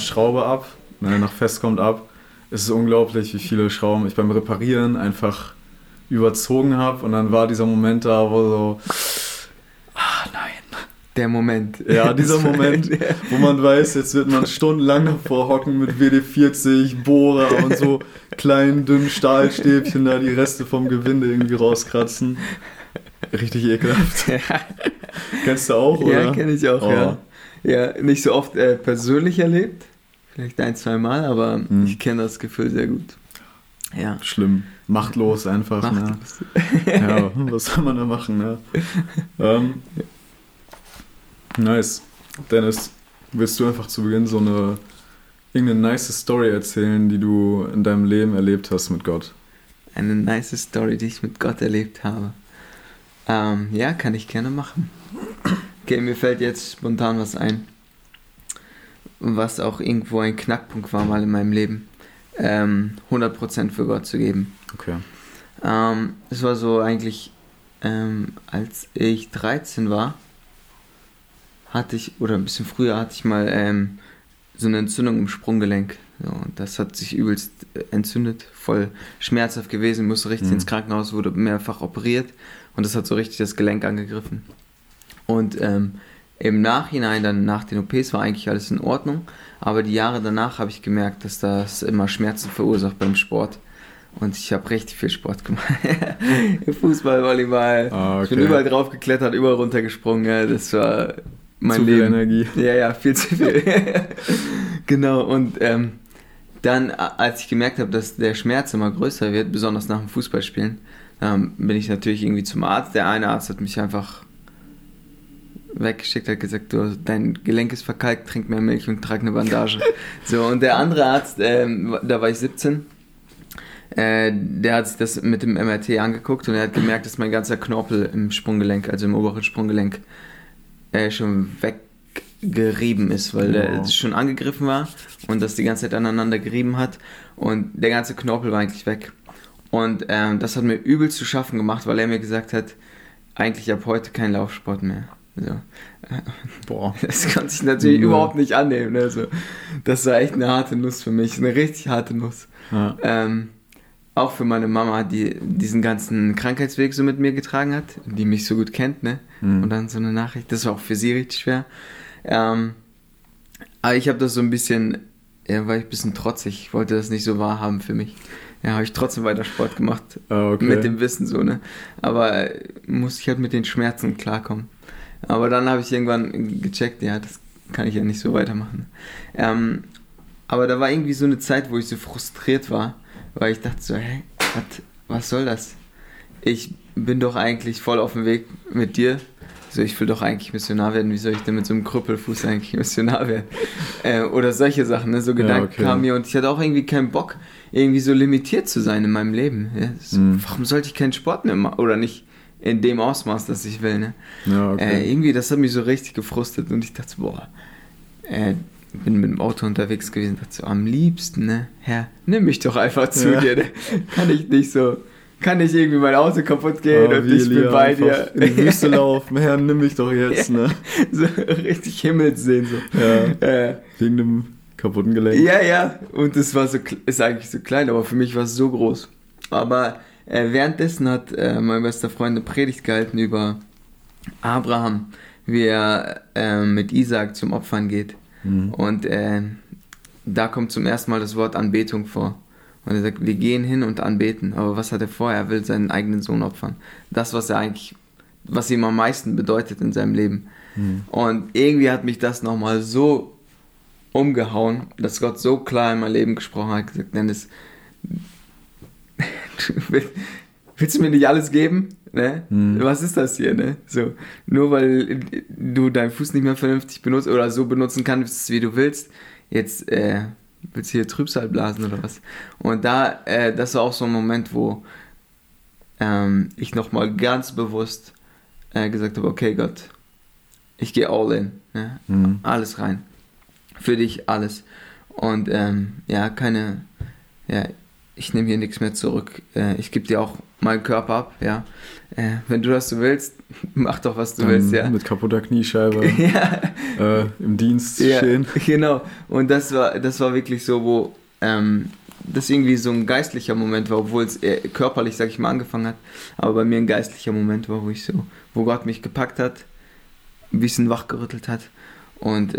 Schraube ab, ne, nach fest kommt ab. Es ist unglaublich, wie viele Schrauben ich beim Reparieren einfach überzogen habe. Und dann war dieser Moment da, wo so, nein. Der Moment. Ja, dieser Moment, wo man weiß, jetzt wird man stundenlang davor hocken mit WD-40, Bohrer und so kleinen, dünnen Stahlstäbchen da die Reste vom Gewinde irgendwie rauskratzen. Richtig ekelhaft. Ja. Kennst du auch, oder? Ja, kenne ich auch, ja. Ja, nicht so oft persönlich erlebt. Vielleicht 1-2 Mal, aber ich kenne das Gefühl sehr gut. Ja. Schlimm. Machtlos einfach. Machtlos. Ne? Ja, was soll man da machen, ne? Nice. Dennis, willst du einfach zu Beginn irgendeine nice Story erzählen, die du in deinem Leben erlebt hast mit Gott? Eine nice Story, die ich mit Gott erlebt habe. Ja, kann ich gerne machen. Okay, mir fällt jetzt spontan was ein, was auch irgendwo ein Knackpunkt war mal in meinem Leben. 100% für Gott zu geben. Okay. Es war so eigentlich, als ich 13 war, oder ein bisschen früher hatte ich mal so eine Entzündung im Sprunggelenk. So, und das hat sich übelst entzündet, voll schmerzhaft gewesen, musste richtig ins Krankenhaus, wurde mehrfach operiert und das hat so richtig das Gelenk angegriffen. Und im Nachhinein, dann nach den OPs, war eigentlich alles in Ordnung, aber die Jahre danach habe ich gemerkt, dass das immer Schmerzen verursacht beim Sport. Und ich habe richtig viel Sport gemacht. Fußball, Volleyball, okay. Ich bin überall drauf geklettert, überall runtergesprungen, ja, das war mein Leben. Zu viel Energie. Ja, viel zu viel. Genau, und dann, als ich gemerkt habe, dass der Schmerz immer größer wird, besonders nach dem Fußballspielen, bin ich natürlich irgendwie zum Arzt. Der eine Arzt hat mich einfach weggeschickt, hat gesagt, dein Gelenk ist verkalkt, trink mehr Milch und trag eine Bandage. So, und der andere Arzt, da war ich 17, der hat sich das mit dem MRT angeguckt und er hat gemerkt, dass mein ganzer Knorpel im Sprunggelenk, also im oberen Sprunggelenk, schon weggerieben ist, weil der schon angegriffen war und das die ganze Zeit aneinander gerieben hat und der ganze Knorpel war eigentlich weg. Und das hat mir übel zu schaffen gemacht, weil er mir gesagt hat, eigentlich ab heute kein Laufsport mehr. So. Boah. Das konnte ich natürlich überhaupt nicht annehmen. Also, das war echt eine harte Nuss für mich, eine richtig harte Nuss. Ja. Auch für meine Mama, die diesen ganzen Krankheitsweg so mit mir getragen hat, die mich so gut kennt, ne? Und dann so eine Nachricht, das war auch für sie richtig schwer. Aber ich habe das so ein bisschen, war ich ein bisschen trotzig, ich wollte das nicht so wahrhaben für mich. Ja, habe ich trotzdem weiter Sport gemacht, okay. Mit dem Wissen so, ne? Aber musste ich halt mit den Schmerzen klarkommen. Aber dann habe ich irgendwann gecheckt, ja, das kann ich ja nicht so weitermachen. Aber da war irgendwie so eine Zeit, wo ich so frustriert war, weil ich dachte so, hey, was soll das? Ich bin doch eigentlich voll auf dem Weg mit dir. So, ich will doch eigentlich Missionar werden. Wie soll ich denn mit so einem Krüppelfuß eigentlich Missionar werden? Oder solche Sachen, ne? So Gedanken kamen mir und ich hatte auch irgendwie keinen Bock, irgendwie so limitiert zu sein in meinem Leben. Ja? Warum sollte ich keinen Sport mehr machen? Oder nicht in dem Ausmaß, das ich will, ne? Ja, okay. Irgendwie, das hat mich so richtig gefrustet und ich dachte, bin mit dem Auto unterwegs gewesen und dachte so, am liebsten, ne? Herr, nimm mich doch einfach zu dir, ne? Kann nicht irgendwie mein Auto kaputt gehen und ich bin bei dir. In die Wüste laufen, Herr, nimm mich doch jetzt, ne? So richtig Himmelssehen, so. Ja, wegen dem kaputten Gelenk. Ja, und das war ist eigentlich so klein, aber für mich war es so groß. Aber währenddessen hat mein bester Freund eine Predigt gehalten über Abraham, wie er mit Isaak zum Opfern geht. Und da kommt zum ersten Mal das Wort Anbetung vor. Und er sagt, wir gehen hin und anbeten. Aber was hat er vor? Er will seinen eigenen Sohn opfern. Das, was ihm am meisten bedeutet in seinem Leben. Und irgendwie hat mich das nochmal so umgehauen, dass Gott so klar in mein Leben gesprochen hat, gesagt, Dennis, willst du mir nicht alles geben? Ne? Was ist das hier? Ne? So, nur weil du deinen Fuß nicht mehr vernünftig benutzt oder so benutzen kannst, wie du willst, jetzt willst du hier Trübsal blasen oder was? Und das war auch so ein Moment, wo ich nochmal ganz bewusst gesagt habe, okay Gott, ich gehe all in, ne? Alles rein. Für dich alles. Und ich nehme hier nichts mehr zurück. Ich gebe dir auch meinen Körper ab, ja. Wenn du das so willst, mach doch, was du willst, ja. Mit kaputter Kniescheibe im Dienst stehen. Genau. Und das war wirklich so, wo das irgendwie so ein geistlicher Moment war, obwohl es körperlich, sag ich mal, angefangen hat, aber bei mir ein geistlicher Moment war, wo Gott mich gepackt hat, ein bisschen wachgerüttelt hat und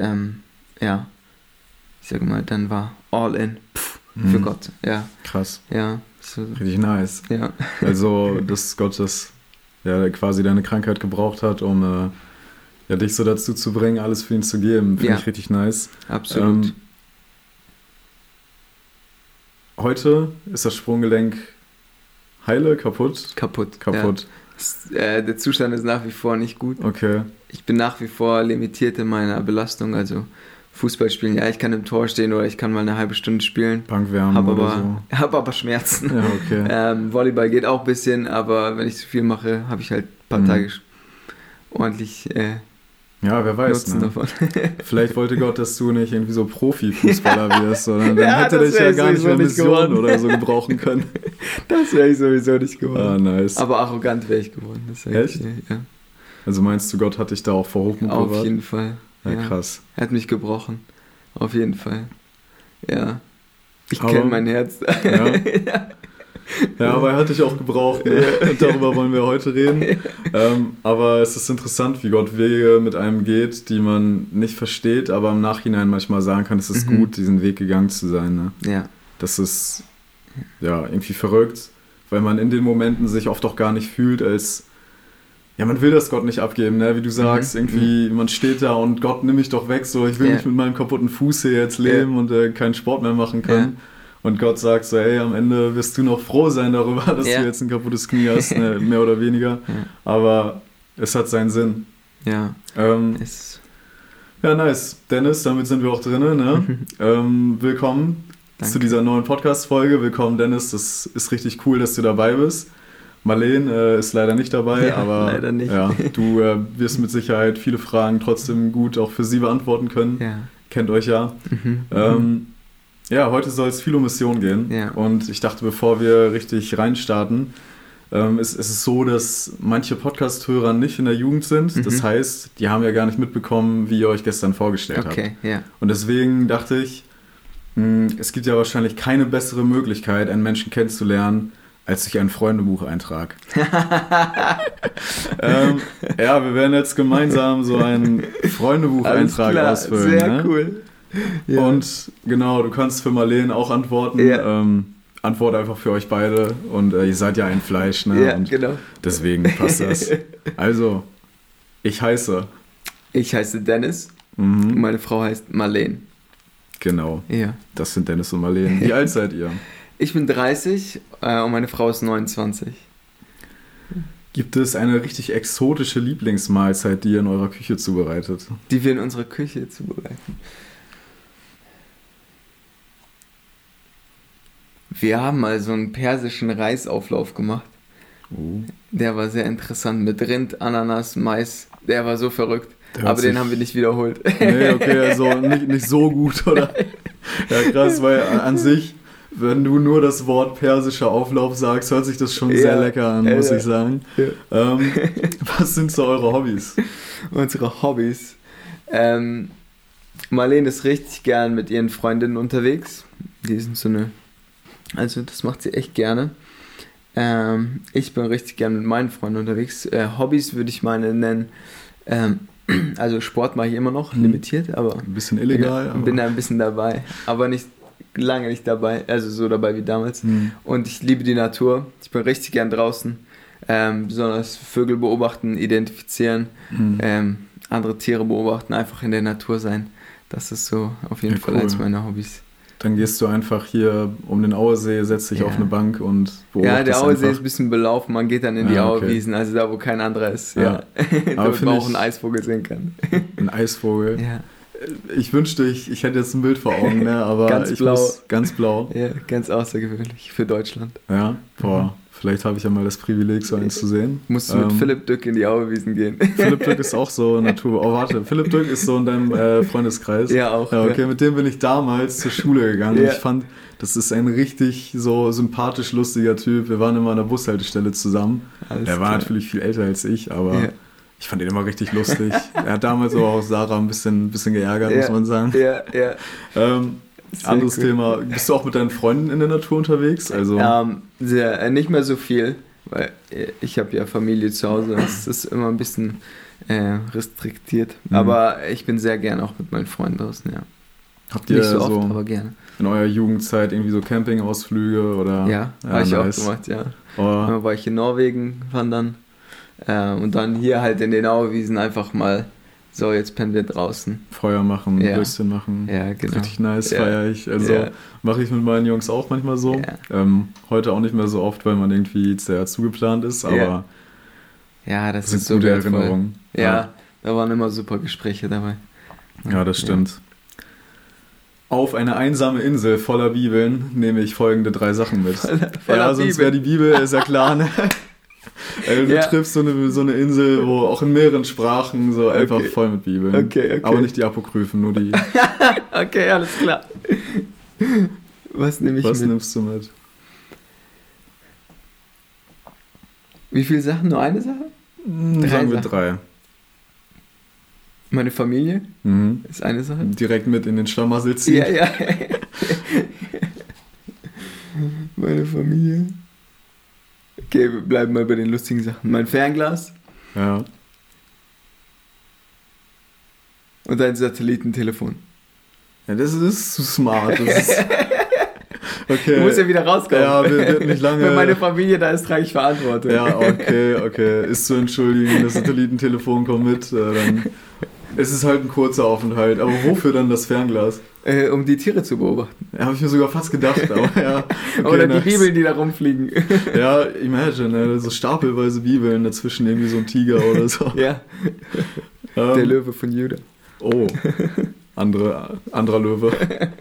ich sage mal, dann war all in für Gott, ja. Krass. Ja. So. Richtig nice. Ja. Also, dass Gott quasi deine Krankheit gebraucht hat, um dich so dazu zu bringen, alles für ihn zu geben. Finde ich richtig nice. Absolut. Heute ist das Sprunggelenk heile, kaputt? Kaputt. Ja. Der Zustand ist nach wie vor nicht gut. Okay. Ich bin nach wie vor limitiert in meiner Belastung, also Fußball spielen, ja, ich kann im Tor stehen oder ich kann mal eine halbe Stunde spielen. Bankwärmen Hab aber Schmerzen. Ja, okay. Volleyball geht auch ein bisschen, aber wenn ich zu viel mache, habe ich halt ein paar Tage ordentlich ja, wer weiß, Nutzen davon. Vielleicht wollte Gott, dass du nicht irgendwie so Profifußballer wirst, sondern dann hätte dich ja gar nicht mehr Mission oder so gebrauchen können. Das wäre ich sowieso nicht geworden. Ah, nice. Aber arrogant wäre ich geworden. Echt? Ja. Also meinst du, Gott hat dich da auch vor Hochmut bewahrt? Auf jeden Fall. Ja, krass. Er hat mich gebrochen. Auf jeden Fall. Ja. Ich kenne mein Herz. Ja, aber er hat dich auch gebraucht. Ne? Darüber wollen wir heute reden. Aber es ist interessant, wie Gott Wege mit einem geht, die man nicht versteht, aber im Nachhinein manchmal sagen kann, es ist gut, diesen Weg gegangen zu sein. Ne? Ja. Das ist irgendwie verrückt, weil man in den Momenten sich oft auch gar nicht fühlt, als man will das Gott nicht abgeben, ne? Wie du sagst, irgendwie, man steht da und Gott, nimm mich doch weg, so, ich will nicht mit meinem kaputten Fuß hier jetzt leben und keinen Sport mehr machen können. Ja. Und Gott sagt so, ey, am Ende wirst du noch froh sein darüber, dass du jetzt ein kaputtes Knie hast, ne? Mehr oder weniger. Ja. Aber es hat seinen Sinn. Ja. Ja, nice. Dennis, damit sind wir auch drin, ne? Willkommen zu dieser neuen Podcast-Folge. Willkommen, Dennis, das ist richtig cool, dass du dabei bist. Marlene ist leider nicht dabei, aber leider nicht. Ja, du wirst mit Sicherheit viele Fragen trotzdem gut auch für sie beantworten können. Ja. Kennt euch ja. Heute soll es viel um Mission gehen. Ja. Und ich dachte, bevor wir richtig reinstarten, es ist so, dass manche Podcast-Hörer nicht in der Jugend sind. Das heißt, die haben ja gar nicht mitbekommen, wie ihr euch gestern vorgestellt habt. Ja. Und deswegen dachte ich, es gibt ja wahrscheinlich keine bessere Möglichkeit, einen Menschen kennenzulernen, als durch einen Freundebucheintrag. Wir werden jetzt gemeinsam so einen Freundebucheintrag ausfüllen. Sehr cool. Ja. Und genau, du kannst für Marlene auch antworten. Ja. Antworte einfach für euch beide. Und ihr seid ja ein Fleisch, ne? Ja, und genau. Deswegen passt das. Also, ich heiße Dennis. Und meine Frau heißt Marlene. Genau. Ja. Das sind Dennis und Marlene. Wie alt seid ihr? Ich bin 30 und meine Frau ist 29. Gibt es eine richtig exotische Lieblingsmahlzeit, die ihr in eurer Küche zubereitet? Die wir in unserer Küche zubereiten. Wir haben mal so einen persischen Reisauflauf gemacht. Der war sehr interessant mit Rind, Ananas, Mais. Der war so verrückt. Aber den haben wir nicht wiederholt. Nee, okay, also nicht so gut, oder? Ja, krass, weil an sich, wenn du nur das Wort persischer Auflauf sagst, hört sich das schon sehr lecker an, muss ich sagen. Ja. Was sind so eure Hobbys? Unsere Hobbys? Marlene ist richtig gern mit ihren Freundinnen unterwegs. Die sind also das macht sie echt gerne. Ich bin richtig gern mit meinen Freunden unterwegs. Hobbys würde ich meine nennen. Also Sport mache ich immer noch, limitiert, aber ein bisschen illegal. Bin da ein bisschen dabei, aber lange nicht dabei, also so dabei wie damals. Und ich liebe die Natur. Ich bin richtig gern draußen, besonders Vögel beobachten, identifizieren, andere Tiere beobachten, einfach in der Natur sein. Das ist so auf jeden Fall eins meiner Hobbys. Dann gehst du einfach hier um den Auesee, setzt dich auf eine Bank und beobachtest. Ja, der Auesee ist ein bisschen belaufen, man geht dann in die Auewiesen, also da, wo kein anderer ist. Ja. Damit man auch einen Eisvogel sehen kann. Ein Eisvogel? Ja. Ich wünschte, ich hätte jetzt ein Bild vor Augen, ne? Aber ganz blau. Ganz blau. Ja, ganz außergewöhnlich für Deutschland. Ja, Vielleicht habe ich ja mal das Privileg, so einen zu sehen. Musst du mit Philipp Dück in die Auerwiesen gehen. Philipp Dück ist auch so Natur. Oh, warte, Philipp Dück ist so in deinem Freundeskreis. Ja, auch. Ja, okay, mit dem bin ich damals zur Schule gegangen. Ja. Ich fand, das ist ein richtig so sympathisch, lustiger Typ. Wir waren immer an der Bushaltestelle zusammen. Der war natürlich viel älter als ich, aber ich fand ihn immer richtig lustig. Er hat damals aber auch Sarah ein bisschen geärgert, muss man sagen. Ja, ja. Anderes Thema. Bist du auch mit deinen Freunden in der Natur unterwegs? Also nicht mehr so viel, weil ich habe ja Familie zu Hause. Das ist immer ein bisschen restriktiert. Aber ich bin sehr gern auch mit meinen Freunden draußen, ja. Habt ihr nicht so oft, so aber gerne. In eurer Jugendzeit irgendwie so Campingausflüge oder? Ja, habe ich auch gemacht, ja. Einmal war ich in Norwegen wandern und dann hier halt in den Auerwiesen einfach mal so, jetzt pennen wir draußen. Feuer machen, Würstchen machen. Ja, genau. Richtig nice, feiere ich. Also mache ich mit meinen Jungs auch manchmal so. Ja. Heute auch nicht mehr so oft, weil man irgendwie sehr zugeplant ist, aber das ist so gute Erinnerungen. Ja, da waren immer super Gespräche dabei. Ja, das stimmt. Auf eine einsame Insel voller Bibeln nehme ich folgende 3 Sachen mit. Voller sonst wäre die Bibel, ist ja klar, ne? Du triffst so eine Insel, wo auch in mehreren Sprachen so einfach voll mit Bibeln. Okay. Aber nicht die Apokryphen, nur die. Okay, alles klar. Was nehme ich mit? Was nimmst du mit? Wie viele Sachen? Nur eine Sache? Sagen wir 3. Meine Familie ist eine Sache. Direkt mit in den Schlamassel ziehen. Ja. Meine Familie. Okay, wir bleiben mal bei den lustigen Sachen. Mein Fernglas. Ja. Und ein Satellitentelefon. Ja, das ist zu smart. Okay. Du musst ja wieder rauskommen. Ja, wird nicht lange. Wenn meine Familie da ist, trage ich Verantwortung. Ja, okay. Ist zu entschuldigen, das Satellitentelefon kommt mit. Dann ist es halt ein kurzer Aufenthalt. Aber wofür dann das Fernglas? Um die Tiere zu beobachten. Ja, habe ich mir sogar fast gedacht. Aber ja. Okay, oder die Bibeln, die da rumfliegen. Ja, imagine, so stapelweise Bibeln, dazwischen irgendwie so ein Tiger oder so. Ja. Der Löwe von Juda. Oh, anderer Löwe.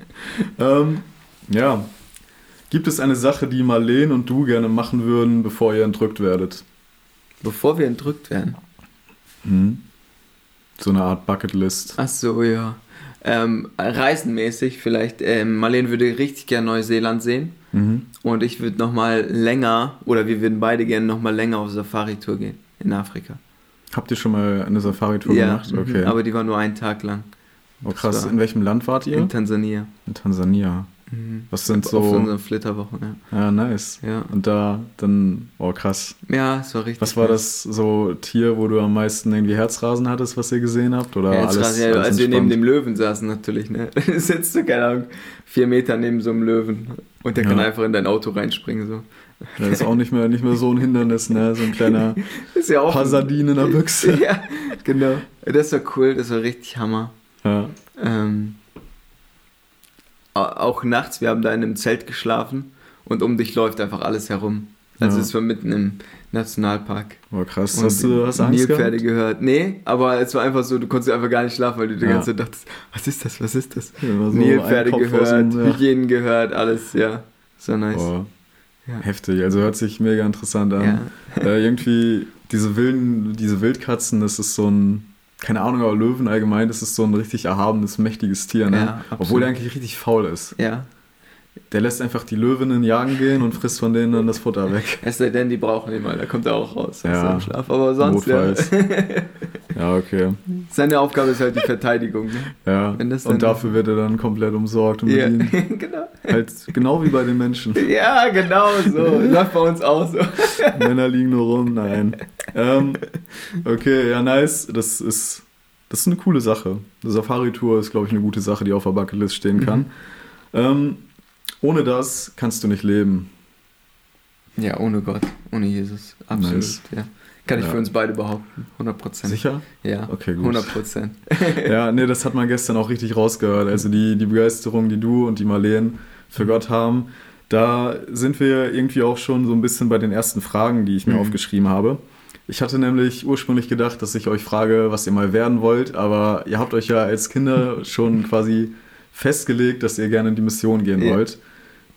Ja. Gibt es eine Sache, die Marleen und du gerne machen würden, bevor ihr entrückt werdet? Bevor wir entrückt werden? So eine Art Bucketlist. Ach so, ja. Reisenmäßig vielleicht. Marleen würde richtig gerne Neuseeland sehen. Und ich würde nochmal länger, oder wir würden beide gerne nochmal länger auf Safari-Tour gehen in Afrika. Habt ihr schon mal eine Safari-Tour gemacht? Okay. Aber die war nur einen Tag lang. Oh krass, in welchem Land wart ihr? In Tansania. In Tansania. Was sind so... Auf unseren Flitterwochen, ja. Ja, nice. Ja. Und da dann... Oh, krass. Ja, es war richtig. Was war das so Tier, wo du am meisten irgendwie Herzrasen hattest, was ihr gesehen habt? Oder Herzrasen, alles als wir neben dem Löwen saßen natürlich, ne? Du sitzt so, keine Ahnung, 4 Meter neben so einem Löwen und der kann einfach in dein Auto reinspringen, so. Das ist auch nicht mehr so ein Hindernis, ne? So ein kleiner Passadin in der Büchse. Ja, genau. Das war cool, das war richtig Hammer. Ja. Auch nachts, wir haben da in einem Zelt geschlafen und um dich läuft einfach alles herum. Also es war mitten im Nationalpark. Oh krass, und hast du Angst Nilpferde gehört? Nee, aber es war einfach so, du konntest einfach gar nicht schlafen, weil du die ganze Zeit dachtest, was ist das? Ja, so Nilpferde gehört, Hyänen gehört, alles, ja. So nice. Oh. Ja. Heftig, also hört sich mega interessant an. Ja. Irgendwie diese Wildkatzen, das ist so ein, keine Ahnung, aber Löwen allgemein, das ist so ein richtig erhabenes, mächtiges Tier, ne? Ja, obwohl der eigentlich richtig faul ist. Ja. Der lässt einfach die Löwinnen jagen gehen und frisst von denen dann das Futter weg. Es sei denn, die brauchen ihn mal, da kommt er auch raus aus seinem Schlaf. Aber sonst, notfalls. Ja, okay. Seine Aufgabe ist halt die Verteidigung. Ne? Ja, und dafür wird er dann komplett umsorgt und bedient. Genau. Halt genau wie bei den Menschen. Ja, genau so. Läuft bei uns auch so. Männer liegen nur rum, nein. Okay, ja, nice. Das ist eine coole Sache. Die Safari-Tour ist, glaube ich, eine gute Sache, die auf der Bucketlist stehen kann. Ohne das kannst du nicht leben. Ja, ohne Gott, ohne Jesus. Absolut, nice. Ja. Kann ich für uns beide behaupten, 100%. Sicher? Ja, okay, gut. 100%. Ja, nee, das hat man gestern auch richtig rausgehört. Also die Begeisterung, die du und die Marleen für Gott haben, da sind wir irgendwie auch schon so ein bisschen bei den ersten Fragen, die ich mir aufgeschrieben habe. Ich hatte nämlich ursprünglich gedacht, dass ich euch frage, was ihr mal werden wollt, aber ihr habt euch ja als Kinder schon quasi festgelegt, dass ihr gerne in die Mission gehen wollt.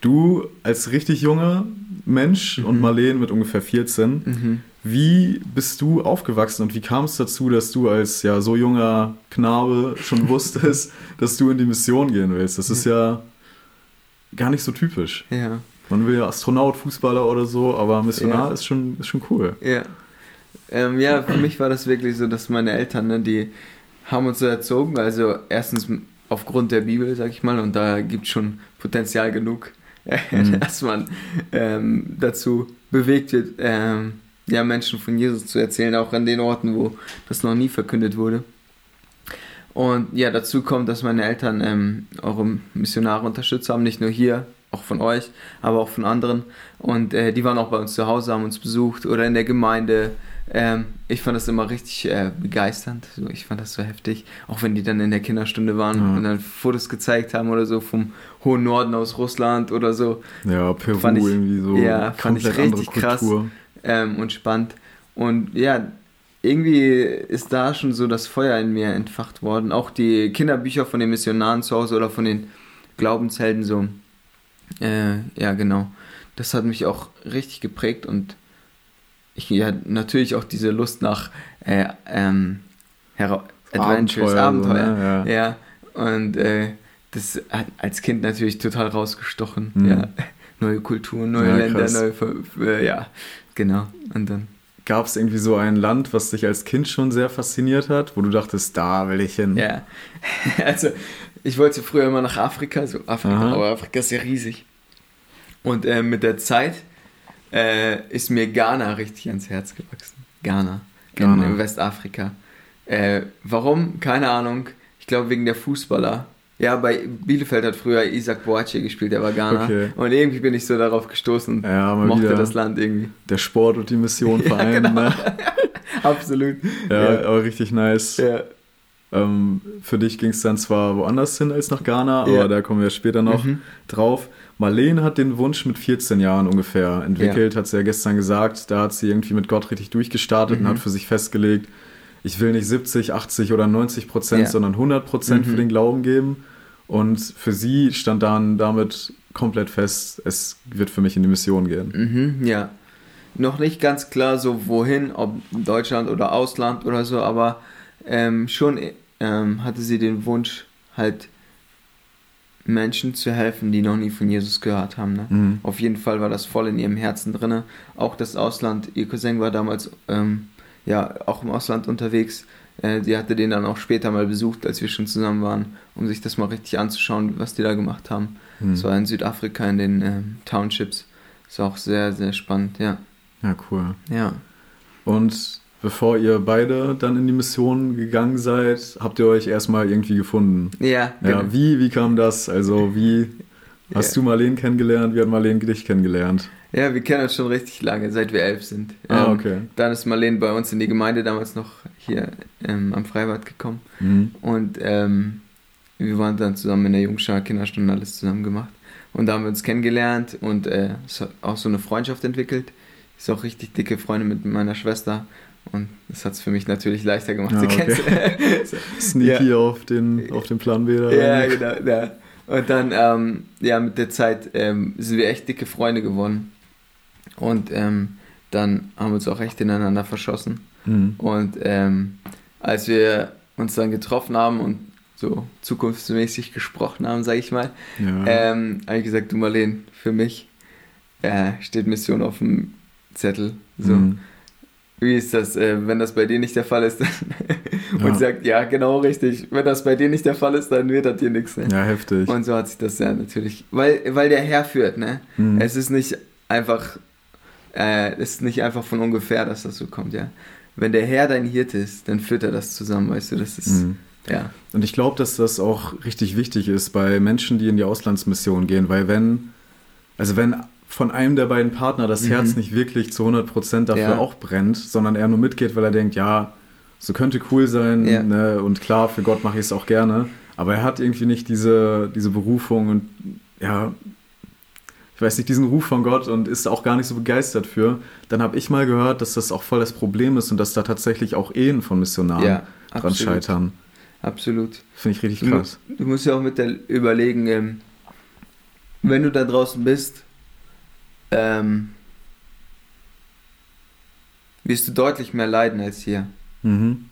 Du als richtig junger Mensch und Marleen mit ungefähr 14, wie bist du aufgewachsen und wie kam es dazu, dass du als ja so junger Knabe schon wusstest, dass du in die Mission gehen willst? Das ist ja gar nicht so typisch. Ja. Man will ja Astronaut, Fußballer oder so, aber Missionar ist schon cool. Ja. Ja, für mich war das wirklich so, dass meine Eltern, ne, die haben uns so erzogen, also erstens aufgrund der Bibel, sag ich mal, und da gibt es schon Potenzial genug, dass man dazu bewegt wird, ja, Menschen von Jesus zu erzählen, auch an den Orten, wo das noch nie verkündet wurde. Und ja, dazu kommt, dass meine Eltern eure Missionare unterstützt haben, nicht nur hier, auch von euch, aber auch von anderen. Und die waren auch bei uns zu Hause, haben uns besucht oder in der Gemeinde. Ich fand das immer richtig begeisternd. So, ich fand das so heftig. Auch wenn die dann in der Kinderstunde waren und dann Fotos gezeigt haben oder so vom hohen Norden aus Russland oder so. Ja, Peru irgendwie so. Ja, fand ich richtig krass und spannend. Und ja, irgendwie ist da schon so das Feuer in mir entfacht worden. Auch die Kinderbücher von den Missionaren zu Hause oder von den Glaubenshelden so. Ja, genau. Das hat mich auch richtig geprägt und ich hatte natürlich auch diese Lust nach Adventures, Abenteuer. Ne? Ja. Und das hat als Kind natürlich total rausgestochen. Mhm. Ja. Neue Kulturen, neue Länder, neue ja, genau. Und dann gab es irgendwie so ein Land, was dich als Kind schon sehr fasziniert hat, wo du dachtest, da will ich hin? Ja, also ich wollte früher immer nach Afrika, aber Afrika ist ja riesig. Und mit der Zeit ist mir Ghana richtig ans Herz gewachsen. Ghana. In Westafrika. Warum? Keine Ahnung. Ich glaube wegen der Fußballer. Ja, bei Bielefeld hat früher Isaac Boache gespielt, der war Ghana. Okay. Und irgendwie bin ich so darauf gestoßen und mochte das Land irgendwie. Der Sport und die Mission vereinen. Ja, genau. Ne? Absolut. Ja, aber richtig nice. Ja. Für dich ging es dann zwar woanders hin als nach Ghana, aber da kommen wir später noch drauf. Marleen hat den Wunsch mit 14 Jahren ungefähr entwickelt, hat sie ja gestern gesagt. Da hat sie irgendwie mit Gott richtig durchgestartet und hat für sich festgelegt, ich will nicht 70, 80 oder 90%, sondern 100% für den Glauben geben. Und für sie stand dann damit komplett fest, es wird für mich in die Mission gehen. Ja, noch nicht ganz klar so wohin, ob Deutschland oder Ausland oder so, aber schon hatte sie den Wunsch, halt Menschen zu helfen, die noch nie von Jesus gehört haben. Ne? Auf jeden Fall war das voll in ihrem Herzen drin. Auch das Ausland, ihr Cousin war damals auch im Ausland unterwegs. Die hatte den dann auch später mal besucht, als wir schon zusammen waren, um sich das mal richtig anzuschauen, was die da gemacht haben. Das war in Südafrika in den Townships. Ist auch sehr, sehr spannend, ja. Ja, cool. Ja. Und bevor ihr beide dann in die Mission gegangen seid, habt ihr euch erstmal irgendwie gefunden. Ja, genau. Ja, wie kam das? Also wie hast du Marleen kennengelernt? Wie hat Marleen dich kennengelernt? Ja, wir kennen uns schon richtig lange, seit wir 11 sind. Okay. Dann ist Marleen bei uns in die Gemeinde damals noch hier am Freibad gekommen. Und wir waren dann zusammen in der Jungschar Kinderstunde alles zusammen gemacht. Und da haben wir uns kennengelernt und es hat auch so eine Freundschaft entwickelt. Ist auch richtig dicke Freundin mit meiner Schwester. Und das hat es für mich natürlich leichter gemacht, sie kennenzulernen. Sneaky auf den Plan B da. Ja, genau. Ja. Und dann, mit der Zeit sind wir echt dicke Freunde geworden. Und dann haben wir uns auch echt ineinander verschossen. Und als wir uns dann getroffen haben und so zukunftsmäßig gesprochen haben, sage ich mal, habe ich gesagt, du Marleen, für mich steht Mission auf dem Zettel. So. Wie ist das, wenn das bei dir nicht der Fall ist? Und sagt, ja, genau, richtig. Wenn das bei dir nicht der Fall ist, dann wird das dir nichts. Ne? Ja, heftig. Und so hat sich das ja natürlich, weil der Herr führt, ne? Es ist nicht einfach von ungefähr, dass das so kommt, ja. Wenn der Herr dein Hirte ist, dann führt er das zusammen, weißt du, das ist, ja. Und ich glaube, dass das auch richtig wichtig ist bei Menschen, die in die Auslandsmission gehen, weil wenn von einem der beiden Partner das Herz nicht wirklich zu 100% dafür auch brennt, sondern er nur mitgeht, weil er denkt, ja, so könnte cool sein, ne? Und klar, für Gott mache ich es auch gerne, aber er hat irgendwie nicht diese Berufung und ich weiß nicht, diesen Ruf von Gott und ist auch gar nicht so begeistert für, dann habe ich mal gehört, dass das auch voll das Problem ist und dass da tatsächlich auch Ehen von Missionaren dran scheitern. Absolut. Finde ich richtig krass. Du musst ja auch überlegen, wenn du da draußen bist, wirst du deutlich mehr leiden als hier. Mhm.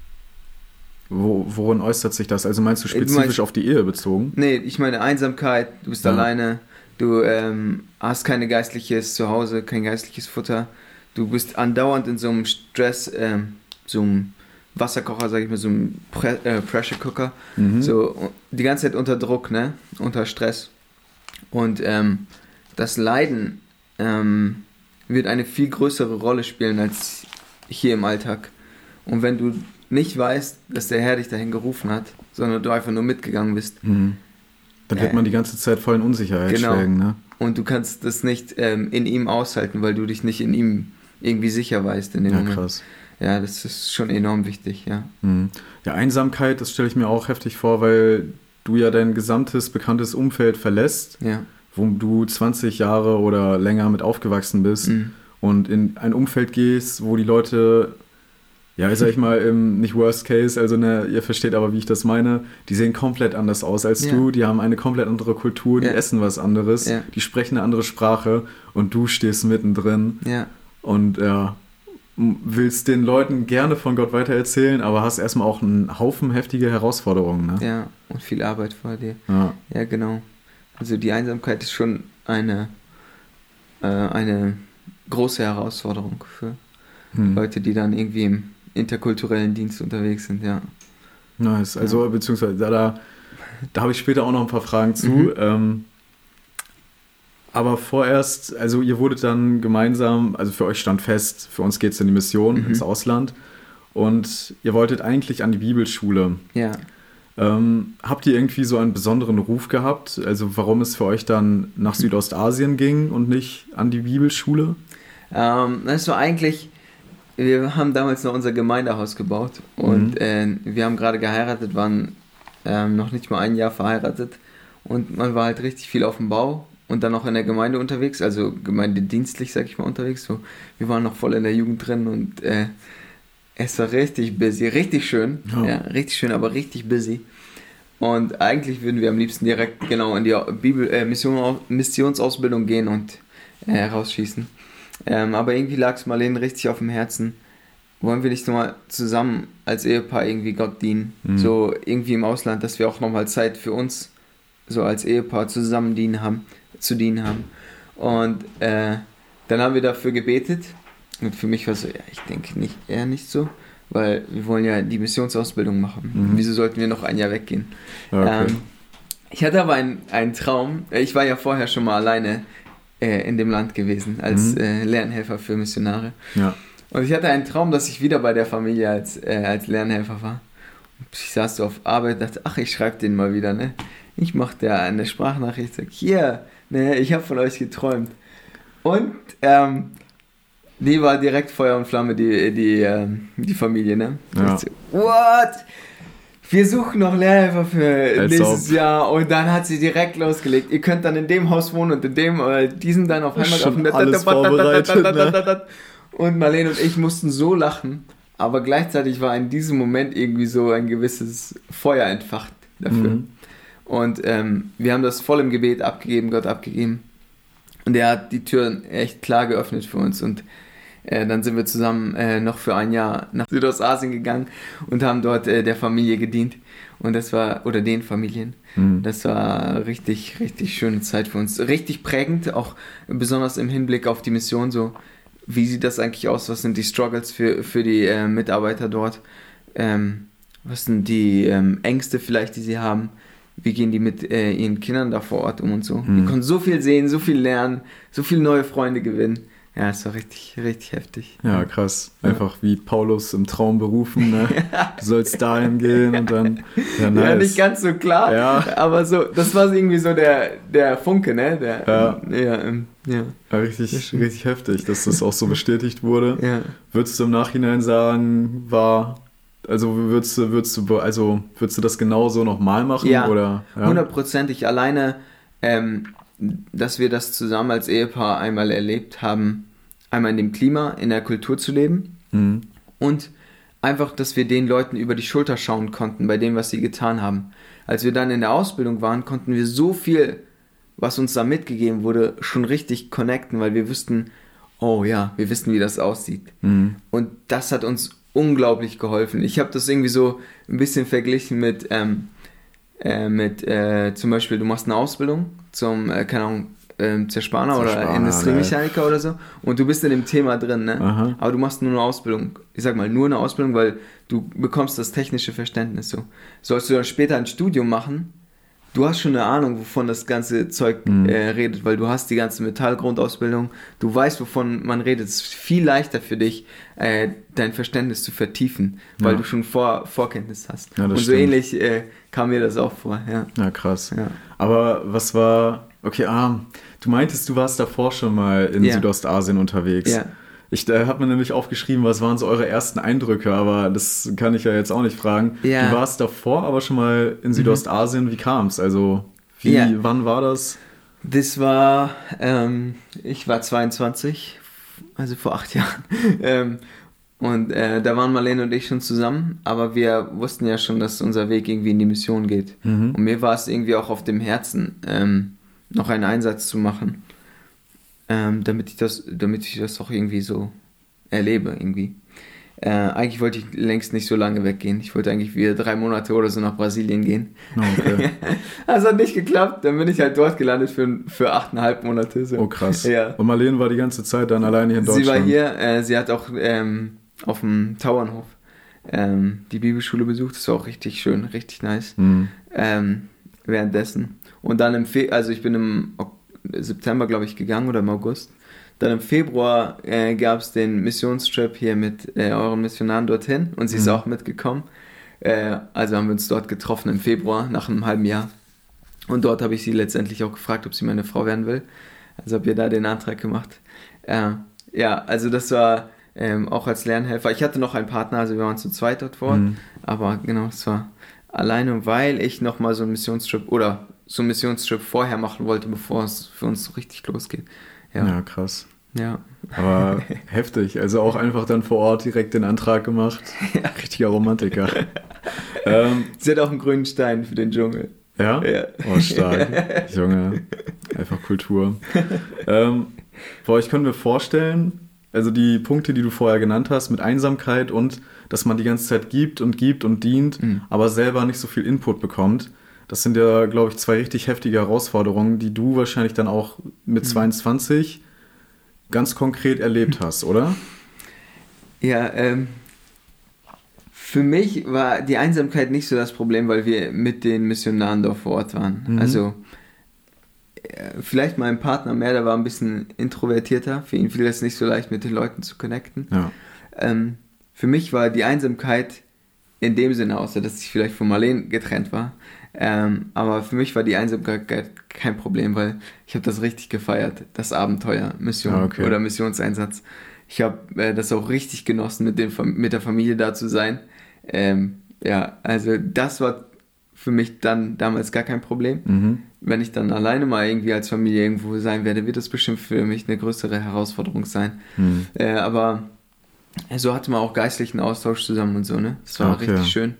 Worin äußert sich das? Also meinst du spezifisch auf die Ehe bezogen? Nee, ich meine Einsamkeit, du bist alleine, du hast kein geistliches Zuhause, kein geistliches Futter, du bist andauernd in so einem Stress, so einem Wasserkocher, sag ich mal, so einem Pressure Cooker, so die ganze Zeit unter Druck, ne, unter Stress. Und das Leiden wird eine viel größere Rolle spielen als hier im Alltag. Und wenn du nicht weißt, dass der Herr dich dahin gerufen hat, sondern du einfach nur mitgegangen bist. Dann wird man die ganze Zeit voll in Unsicherheit schwelgen, ne? Und du kannst das nicht in ihm aushalten, weil du dich nicht in ihm irgendwie sicher weißt in dem Moment. Krass. Ja, das ist schon enorm wichtig, ja. Ja, Einsamkeit, das stelle ich mir auch heftig vor, weil du ja dein gesamtes bekanntes Umfeld verlässt, wo du 20 Jahre oder länger mit aufgewachsen bist und in ein Umfeld gehst, wo die Leute... Ja, sag ich mal, nicht Worst Case, also ihr versteht aber, wie ich das meine, die sehen komplett anders aus als du, die haben eine komplett andere Kultur, die essen was anderes, die sprechen eine andere Sprache und du stehst mittendrin und willst den Leuten gerne von Gott weitererzählen, aber hast erstmal auch einen Haufen heftige Herausforderungen. Ne? Ja, und viel Arbeit vor dir. Ja, genau. Also die Einsamkeit ist schon eine große Herausforderung für Leute, die dann irgendwie im interkulturellen Dienst unterwegs sind, ja. Nice, also beziehungsweise da habe ich später auch noch ein paar Fragen zu. Aber vorerst, also ihr wurdet dann gemeinsam, also für euch stand fest, für uns geht es in die Mission, ins Ausland und ihr wolltet eigentlich an die Bibelschule. Ja. Habt ihr irgendwie so einen besonderen Ruf gehabt? Also warum es für euch dann nach Südostasien ging und nicht an die Bibelschule? Das war eigentlich... Wir haben damals noch unser Gemeindehaus gebaut und wir haben gerade geheiratet, waren noch nicht mal ein Jahr verheiratet und man war halt richtig viel auf dem Bau und dann auch in der Gemeinde unterwegs, also gemeindedienstlich, sag ich mal, unterwegs. So. Wir waren noch voll in der Jugend drin und es war richtig busy, richtig schön, richtig schön, aber richtig busy. Und eigentlich würden wir am liebsten direkt genau in die Missionsausbildung gehen und rausschießen. Aber irgendwie lag es Marlene richtig auf dem Herzen. Wollen wir nicht nochmal zusammen als Ehepaar irgendwie Gott dienen? So irgendwie im Ausland, dass wir auch nochmal Zeit für uns so als Ehepaar zusammen zu dienen haben. Und dann haben wir dafür gebetet. Und für mich war es so, ich denke eher nicht so, weil wir wollen ja die Missionsausbildung machen. Wieso sollten wir noch ein Jahr weggehen? Okay. Ich hatte aber einen Traum. Ich war ja vorher schon mal alleine in dem Land gewesen, als Lernhelfer für Missionare. Ja. Und ich hatte einen Traum, dass ich wieder bei der Familie als Lernhelfer war. Und ich saß so auf Arbeit und dachte, ich schreibe den mal wieder, ne? Ich mache da eine Sprachnachricht, sag, hier, ne, ich habe von euch geträumt. Und die war direkt Feuer und Flamme, die Familie, ne? Ja. So, what? Wir suchen noch Lehrhelfer für nächstes Jahr und dann hat sie direkt losgelegt. Ihr könnt dann in dem Haus wohnen und in dem, die sind dann auf einmal schon alles vorbereitet, ne? Und Marlene und ich mussten so lachen, aber gleichzeitig war in diesem Moment irgendwie so ein gewisses Feuer entfacht dafür. Und wir haben das voll im Gebet abgegeben, Gott abgegeben. Und er hat die Türen echt klar geöffnet für uns und dann sind wir zusammen noch für ein Jahr nach Südostasien gegangen und haben dort der Familie gedient. Und das war, oder den Familien. Das war richtig, richtig schöne Zeit für uns. Richtig prägend, auch besonders im Hinblick auf die Mission so. Wie sieht das eigentlich aus? Was sind die Struggles für die Mitarbeiter dort? Was sind die Ängste vielleicht, die sie haben? Wie gehen die mit ihren Kindern da vor Ort um und so? Wir konnten so viel sehen, so viel lernen, so viele neue Freunde gewinnen. Ja, es war richtig, richtig heftig. Ja, krass. Einfach wie Paulus im Traum berufen, ne? Du sollst dahin gehen und dann... Ja, nice. Ja, nicht ganz so klar, aber so, das war irgendwie so der Funke, ne? Ja, richtig, richtig heftig, dass das auch so bestätigt wurde. Ja. Würdest du im Nachhinein sagen, würdest du das genauso nochmal machen? Ja, oder? Ja, 100%. Alleine, dass wir das zusammen als Ehepaar einmal erlebt haben, einmal in dem Klima, in der Kultur zu leben und einfach, dass wir den Leuten über die Schulter schauen konnten bei dem, was sie getan haben. Als wir dann in der Ausbildung waren, konnten wir so viel was uns da mitgegeben wurde, schon richtig connecten, weil wir wüssten, oh ja, wir wissen, wie das aussieht. Mhm. Und das hat uns unglaublich geholfen. Ich habe das irgendwie so ein bisschen verglichen mit zum Beispiel, du machst eine Ausbildung zum, keine Ahnung, Zerspaner oder Industriemechaniker oder so und du bist in dem Thema drin, ne? Aha. Aber du machst nur eine Ausbildung. Ich sag mal, nur eine Ausbildung, weil du bekommst das technische Verständnis so. Sollst du dann später ein Studium machen, du hast schon eine Ahnung, wovon das ganze Zeug redet, weil du hast die ganze Metallgrundausbildung, du weißt, wovon man redet. Es ist viel leichter für dich, dein Verständnis zu vertiefen, weil du schon Vorkenntnis hast. Ja, und so stimmt. ähnlich kam mir das auch vor. Ja, ja krass. Ja. Aber was war... Okay, du meintest, du warst davor schon mal in Südostasien unterwegs. Ja. Ich habe mir nämlich aufgeschrieben, was waren so eure ersten Eindrücke, aber das kann ich ja jetzt auch nicht fragen. Ja. Du warst davor aber schon mal in Südostasien. Wie kam es? Also, wann war das? Das war, ich war 22, also vor 8 Jahren. Und da waren Marlene und ich schon zusammen, aber wir wussten ja schon, dass unser Weg irgendwie in die Mission geht. Mhm. Und mir war es irgendwie auch auf dem Herzen, noch einen Einsatz zu machen, damit ich das auch irgendwie so erlebe irgendwie. Eigentlich wollte ich längst nicht so lange weggehen. Ich wollte eigentlich wieder 3 Monate oder so nach Brasilien gehen. Okay. Das hat nicht geklappt. Dann bin ich halt dort gelandet für 8,5 Monate. So. Oh krass. Ja. Und Marlene war die ganze Zeit dann alleine hier in Deutschland? Sie war hier. Sie hat auch auf dem Tauernhof die Bibelschule besucht. Das war auch richtig schön, richtig nice. Mhm. Währenddessen. Und dann also ich bin im September, glaube ich, gegangen oder im August. Dann im Februar gab es den Missionstrip hier mit euren Missionaren dorthin und sie ist auch mitgekommen. Also haben wir uns dort getroffen im Februar, nach einem halben Jahr. Und dort habe ich sie letztendlich auch gefragt, ob sie meine Frau werden will. Also habe ihr da den Antrag gemacht. Ja, also das war auch als Lernhelfer. Ich hatte noch einen Partner, also wir waren zu zweit dort vor Ort. Aber genau, es war alleine, weil ich nochmal so einen Missionstrip vorher machen wollte, bevor es für uns so richtig losgeht. Ja, krass. Ja. Aber heftig. Also auch einfach dann vor Ort direkt den Antrag gemacht. Ja. Richtiger Romantiker. Sie hat auch einen grünen Stein für den Dschungel. Ja? Oh, stark. Junge, einfach Kultur. Ich könnte mir vorstellen, also die Punkte, die du vorher genannt hast, mit Einsamkeit und dass man die ganze Zeit gibt und dient, aber selber nicht so viel Input bekommt. Das sind ja, glaube ich, 2 richtig heftige Herausforderungen, die du wahrscheinlich dann auch mit 22 ganz konkret erlebt hast, oder? Ja, für mich war die Einsamkeit nicht so das Problem, weil wir mit den Missionaren dort vor Ort waren. Also vielleicht mein Partner mehr, der war ein bisschen introvertierter. Für ihn fiel es nicht so leicht, mit den Leuten zu connecten. Ja. Für mich war die Einsamkeit in dem Sinne, außer dass ich vielleicht von Marlene getrennt war, aber für mich war die Einsamkeit kein Problem, weil ich habe das richtig gefeiert, das Abenteuer, Mission oder Missionseinsatz. Ich habe das auch richtig genossen, mit der Familie da zu sein. Also das war für mich dann damals gar kein Problem. Wenn ich dann alleine mal irgendwie als Familie irgendwo sein werde, wird das bestimmt für mich eine größere Herausforderung sein. Aber so hatte man auch geistlichen Austausch zusammen und so, ne? Das war richtig schön.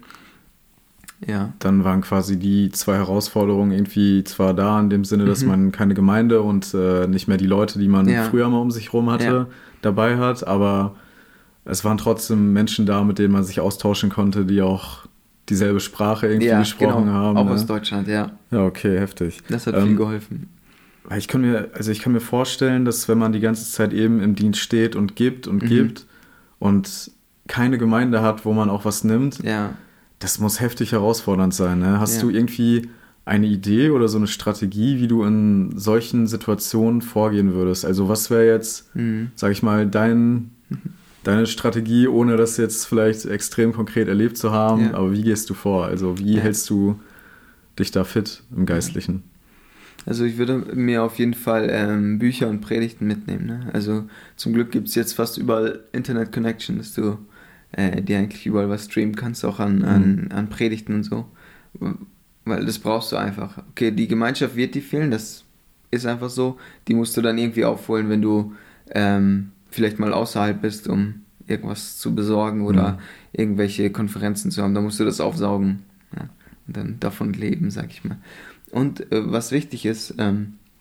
Ja. Dann waren quasi die 2 Herausforderungen irgendwie zwar da, in dem Sinne, dass man keine Gemeinde und nicht mehr die Leute, die man früher mal um sich rum hatte, dabei hat, aber es waren trotzdem Menschen da, mit denen man sich austauschen konnte, die auch dieselbe Sprache irgendwie gesprochen haben. Auch aus Deutschland, ja. Ja, okay, heftig. Das hat viel geholfen. Ich kann mir vorstellen, dass wenn man die ganze Zeit eben im Dienst steht und gibt und keine Gemeinde hat, wo man auch was nimmt, das muss heftig herausfordernd sein. Ne? Hast du irgendwie eine Idee oder so eine Strategie, wie du in solchen Situationen vorgehen würdest? Also was wäre jetzt, sag ich mal, deine Strategie, ohne das jetzt vielleicht extrem konkret erlebt zu haben, aber wie gehst du vor? Also wie hältst du dich da fit im Geistlichen? Also ich würde mir auf jeden Fall Bücher und Predigten mitnehmen. Ne? Also zum Glück gibt es jetzt fast überall Internet-Connection, dass du dir eigentlich überall was streamen kannst, auch an Predigten und so. Weil das brauchst du einfach. Okay, die Gemeinschaft wird dir fehlen, das ist einfach so. Die musst du dann irgendwie aufholen, wenn du vielleicht mal außerhalb bist, um irgendwas zu besorgen oder irgendwelche Konferenzen zu haben. Da musst du das aufsaugen und dann davon leben, sag ich mal. Und was wichtig ist,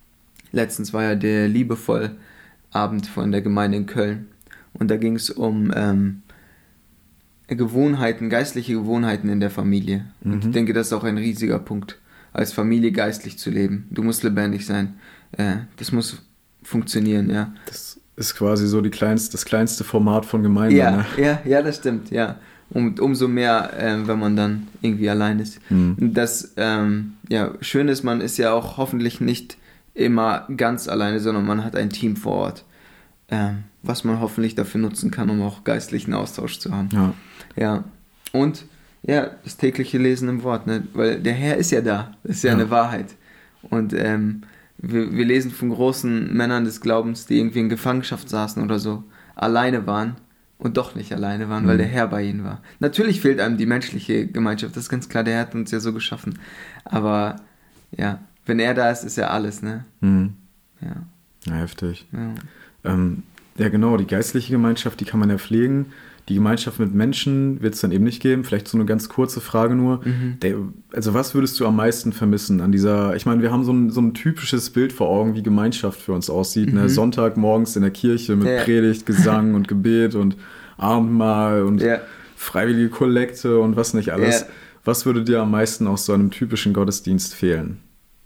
letztens war ja der Liebevoll-Abend von der Gemeinde in Köln. Und da ging es um Gewohnheiten, geistliche Gewohnheiten in der Familie. Und ich denke, das ist auch ein riesiger Punkt, als Familie geistlich zu leben. Du musst lebendig sein. Das muss funktionieren, ja. Das ist quasi so das kleinste Format von Gemeinde. Ja, ne? ja, das stimmt, ja. Und umso mehr, wenn man dann irgendwie allein ist. Das schön ist, man ist ja auch hoffentlich nicht immer ganz alleine, sondern man hat ein Team vor Ort, was man hoffentlich dafür nutzen kann, um auch geistlichen Austausch zu haben. Ja. Und ja, das tägliche Lesen im Wort, ne? Weil der Herr ist ja da, das ist ja eine Wahrheit. Und wir lesen von großen Männern des Glaubens, die irgendwie in Gefangenschaft saßen oder so, alleine waren und doch nicht alleine waren, weil der Herr bei ihnen war. Natürlich fehlt einem die menschliche Gemeinschaft, das ist ganz klar, der Herr hat uns ja so geschaffen. Aber ja, wenn er da ist, ist er alles, ne? Ja, heftig. Ja, genau, die geistliche Gemeinschaft, die kann man ja pflegen. Die Gemeinschaft mit Menschen wird es dann eben nicht geben. Vielleicht so eine ganz kurze Frage nur. Also was würdest du am meisten vermissen an dieser, ich meine, wir haben so ein typisches Bild vor Augen, wie Gemeinschaft für uns aussieht. Ne? Sonntagmorgens in der Kirche mit Predigt, Gesang und Gebet und Abendmahl und freiwillige Kollekte und was nicht alles. Was würde dir am meisten aus so einem typischen Gottesdienst fehlen?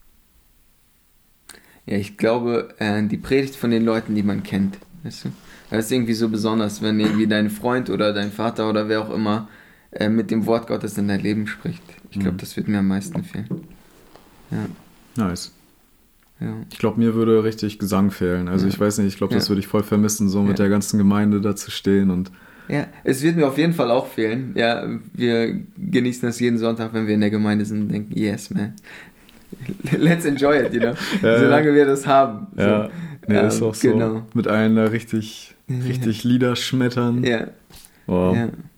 Ja, ich glaube, die Predigt von den Leuten, die man kennt. Weißt du? Das ist irgendwie so besonders, wenn irgendwie dein Freund oder dein Vater oder wer auch immer mit dem Wort Gottes in dein Leben spricht. Ich glaube, das wird mir am meisten fehlen. Ja. Nice. Ja. Ich glaube, mir würde richtig Gesang fehlen. Also ich weiß nicht, ich glaube, das würde ich voll vermissen, so mit der ganzen Gemeinde da zu stehen. Und ja, es wird mir auf jeden Fall auch fehlen. Ja, wir genießen das jeden Sonntag, wenn wir in der Gemeinde sind und denken, yes, man. Let's enjoy it, solange wir das haben. So. Ja, nee, ist auch so. Genau. Mit allen da richtig Lieder schmettern. Ja. Wow.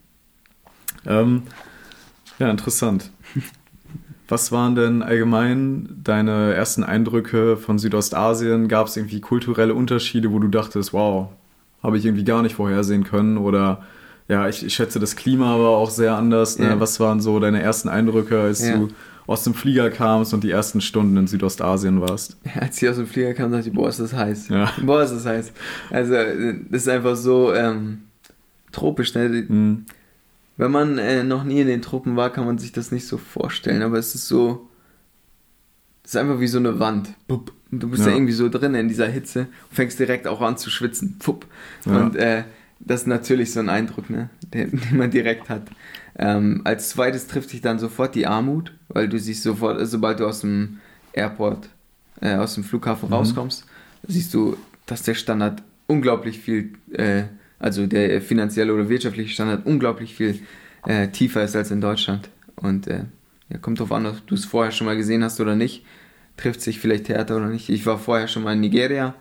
Ja, interessant. Was waren denn allgemein deine ersten Eindrücke von Südostasien? Gab es irgendwie kulturelle Unterschiede, wo du dachtest, wow, habe ich irgendwie gar nicht vorhersehen können? Oder ja, ich schätze, das Klima war auch sehr anders. Ne? Was waren so deine ersten Eindrücke, als du aus dem Flieger kamst und die ersten Stunden in Südostasien warst? Ja, als ich aus dem Flieger kam, dachte ich, boah, ist das heiß. Ja. Boah, ist das heiß. Also, das ist einfach so tropisch. Ne? Wenn man noch nie in den Tropen war, kann man sich das nicht so vorstellen. Aber es ist so, es ist einfach wie so eine Wand. Pup. Und du bist da irgendwie so drin in dieser Hitze und fängst direkt auch an zu schwitzen. Pup. Und das ist natürlich so ein Eindruck, ne? Den man direkt hat. Als zweites trifft dich dann sofort die Armut, weil du siehst sofort, sobald du aus dem Airport, aus dem Flughafen rauskommst, siehst du, dass der Standard unglaublich viel, also der finanzielle oder wirtschaftliche Standard unglaublich viel tiefer ist als in Deutschland. Und kommt drauf an, ob du es vorher schon mal gesehen hast oder nicht, trifft sich vielleicht härter oder nicht. Ich war vorher schon mal in Nigeria,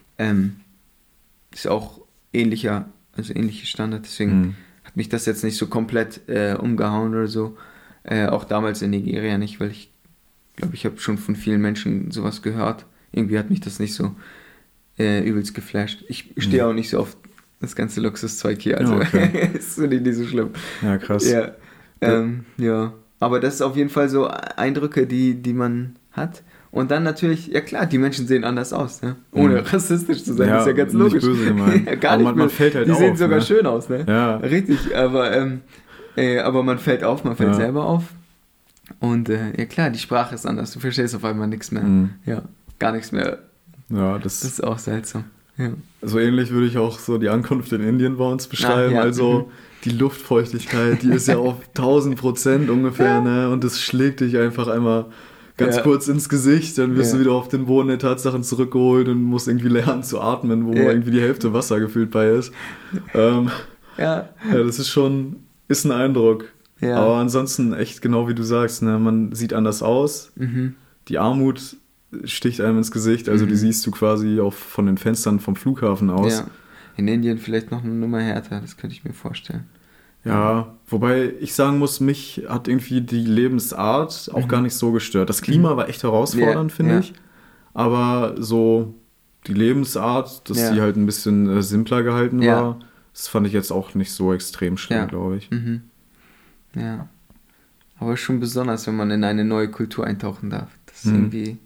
ist auch ähnliche Standard, deswegen hat mich das jetzt nicht so komplett umgehauen oder so. Auch damals in Nigeria nicht, weil ich glaube, ich habe schon von vielen Menschen sowas gehört. Irgendwie hat mich das nicht so übelst geflasht. Ich stehe auch nicht so auf das ganze Luxuszeug hier, also ist nicht so schlimm. Ja, krass. Ja, aber das ist auf jeden Fall so Eindrücke, die man hat. Und dann natürlich, ja klar, die Menschen sehen anders aus, ne? Ohne rassistisch zu sein, ist ja ganz logisch. Nicht böse gemeint. Ja, gar nicht man fällt halt die auf. sehen sogar ne? schön aus, ne? Ja. Richtig, aber man fällt auf, man fällt selber auf. Und ja klar, die Sprache ist anders, du verstehst auf einmal nichts mehr. Ja, gar nichts mehr. Ja, das ist auch seltsam. Ja. So ähnlich würde ich auch so die Ankunft in Indien bei uns beschreiben. Also die Luftfeuchtigkeit, die ist ja auf 1000% ungefähr, ne? Und das schlägt dich einfach einmal ganz kurz ins Gesicht, dann wirst du wieder auf den Boden der Tatsachen zurückgeholt und musst irgendwie lernen zu atmen, wo irgendwie die Hälfte Wasser gefühlt bei ist. Ja, das ist ein Eindruck. Ja. Aber ansonsten echt genau wie du sagst, ne? Man sieht anders aus. Die Armut sticht einem ins Gesicht, also die siehst du quasi auch von den Fenstern vom Flughafen aus. Ja. In Indien vielleicht noch eine Nummer härter, das könnte ich mir vorstellen. Ja, wobei ich sagen muss, mich hat irgendwie die Lebensart auch gar nicht so gestört. Das Klima war echt herausfordernd, finde ich. Aber so die Lebensart, dass die halt ein bisschen simpler gehalten war, das fand ich jetzt auch nicht so extrem schlimm, glaube ich. Ja. Aber schon besonders, wenn man in eine neue Kultur eintauchen darf. Das ist irgendwie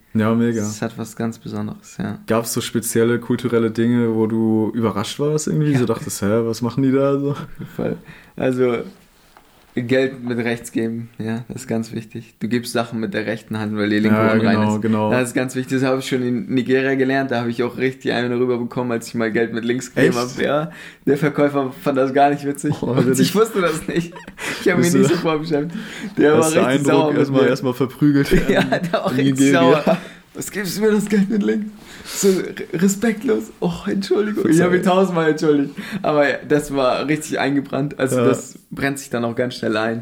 Ja, mega. Das hat was ganz Besonderes, ja. Gab es so spezielle kulturelle Dinge, wo du überrascht warst irgendwie? So dachtest, was machen die da so? Auf jeden Fall. Also Geld mit rechts geben, ja, das ist ganz wichtig. Du gibst Sachen mit der rechten Hand, weil die linke rein ist. Genau. Das ist ganz wichtig. Das habe ich schon in Nigeria gelernt. Da habe ich auch richtig einen darüber bekommen, als ich mal Geld mit links gegeben habe. Ja, der Verkäufer fand das gar nicht witzig. Und ich wusste das nicht. Ich habe mich nicht so vorbeschäftigt. Der war richtig sauer. Erstmal verprügelt werden. Ja, der war richtig sauer. Was gibst du mir das Geld mit links? So respektlos. Oh, Entschuldigung. Ich habe mich 1000-mal entschuldigt. Aber das war richtig eingebrannt. Also das brennt sich dann auch ganz schnell ein.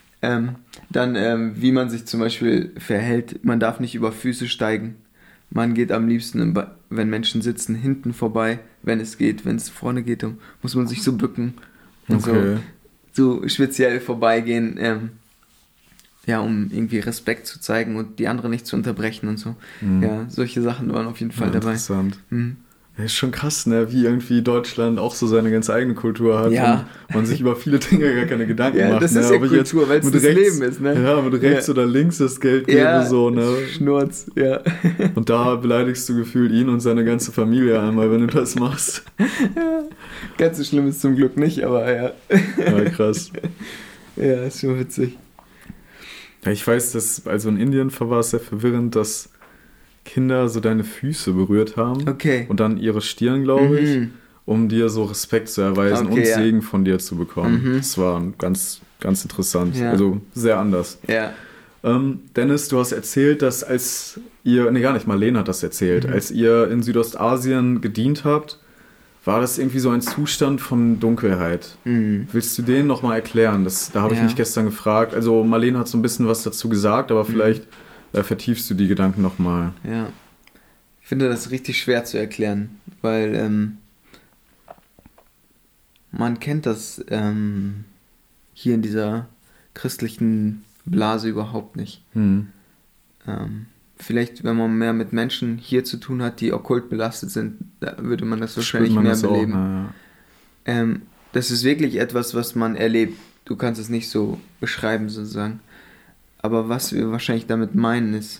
Dann, wie man sich zum Beispiel verhält. Man darf nicht über Füße steigen. Man geht am liebsten, wenn Menschen sitzen, hinten vorbei. Wenn es geht. Wenn es vorne geht, dann muss man sich so bücken. Und so speziell vorbeigehen. Ja, um irgendwie Respekt zu zeigen und die anderen nicht zu unterbrechen und so. Ja, solche Sachen waren auf jeden Fall dabei. Interessant. Ja, ist schon krass, ne? Wie irgendwie Deutschland auch so seine ganz eigene Kultur hat und man sich über viele Dinge gar keine Gedanken macht. Ja, das ist ja Kultur, weil es das Leben ist, ne? Ja, mit rechts oder links das Geld gebe, so, ne? Schnurz, ja. Und da beleidigst du gefühlt ihn und seine ganze Familie einmal, wenn du das machst. Ja. Ganz so schlimm ist zum Glück nicht, aber ja. Ja, krass. Ja, ist schon witzig. Ja, ich weiß, dass, also in Indien war es sehr verwirrend, dass Kinder so deine Füße berührt haben. Okay. Und dann ihre Stirn, glaube ich, um dir so Respekt zu erweisen und Segen von dir zu bekommen. Das war ganz, ganz interessant. Ja. Also sehr anders. Ja. Dennis, du hast erzählt, dass als ihr, gar nicht, Marlene hat das erzählt, als ihr in Südostasien gedient habt, war das irgendwie so ein Zustand von Dunkelheit. Willst du den nochmal erklären? Da habe ich mich gestern gefragt. Also Marlene hat so ein bisschen was dazu gesagt, aber vielleicht vertiefst du die Gedanken nochmal. Ja. Ich finde das richtig schwer zu erklären, weil man kennt das hier in dieser christlichen Blase überhaupt nicht. Vielleicht, wenn man mehr mit Menschen hier zu tun hat, die okkult belastet sind, da würde man das wahrscheinlich mehr beleben. Auch, ja. Das ist wirklich etwas, was man erlebt. Du kannst es nicht so beschreiben, sozusagen. Aber was wir wahrscheinlich damit meinen, ist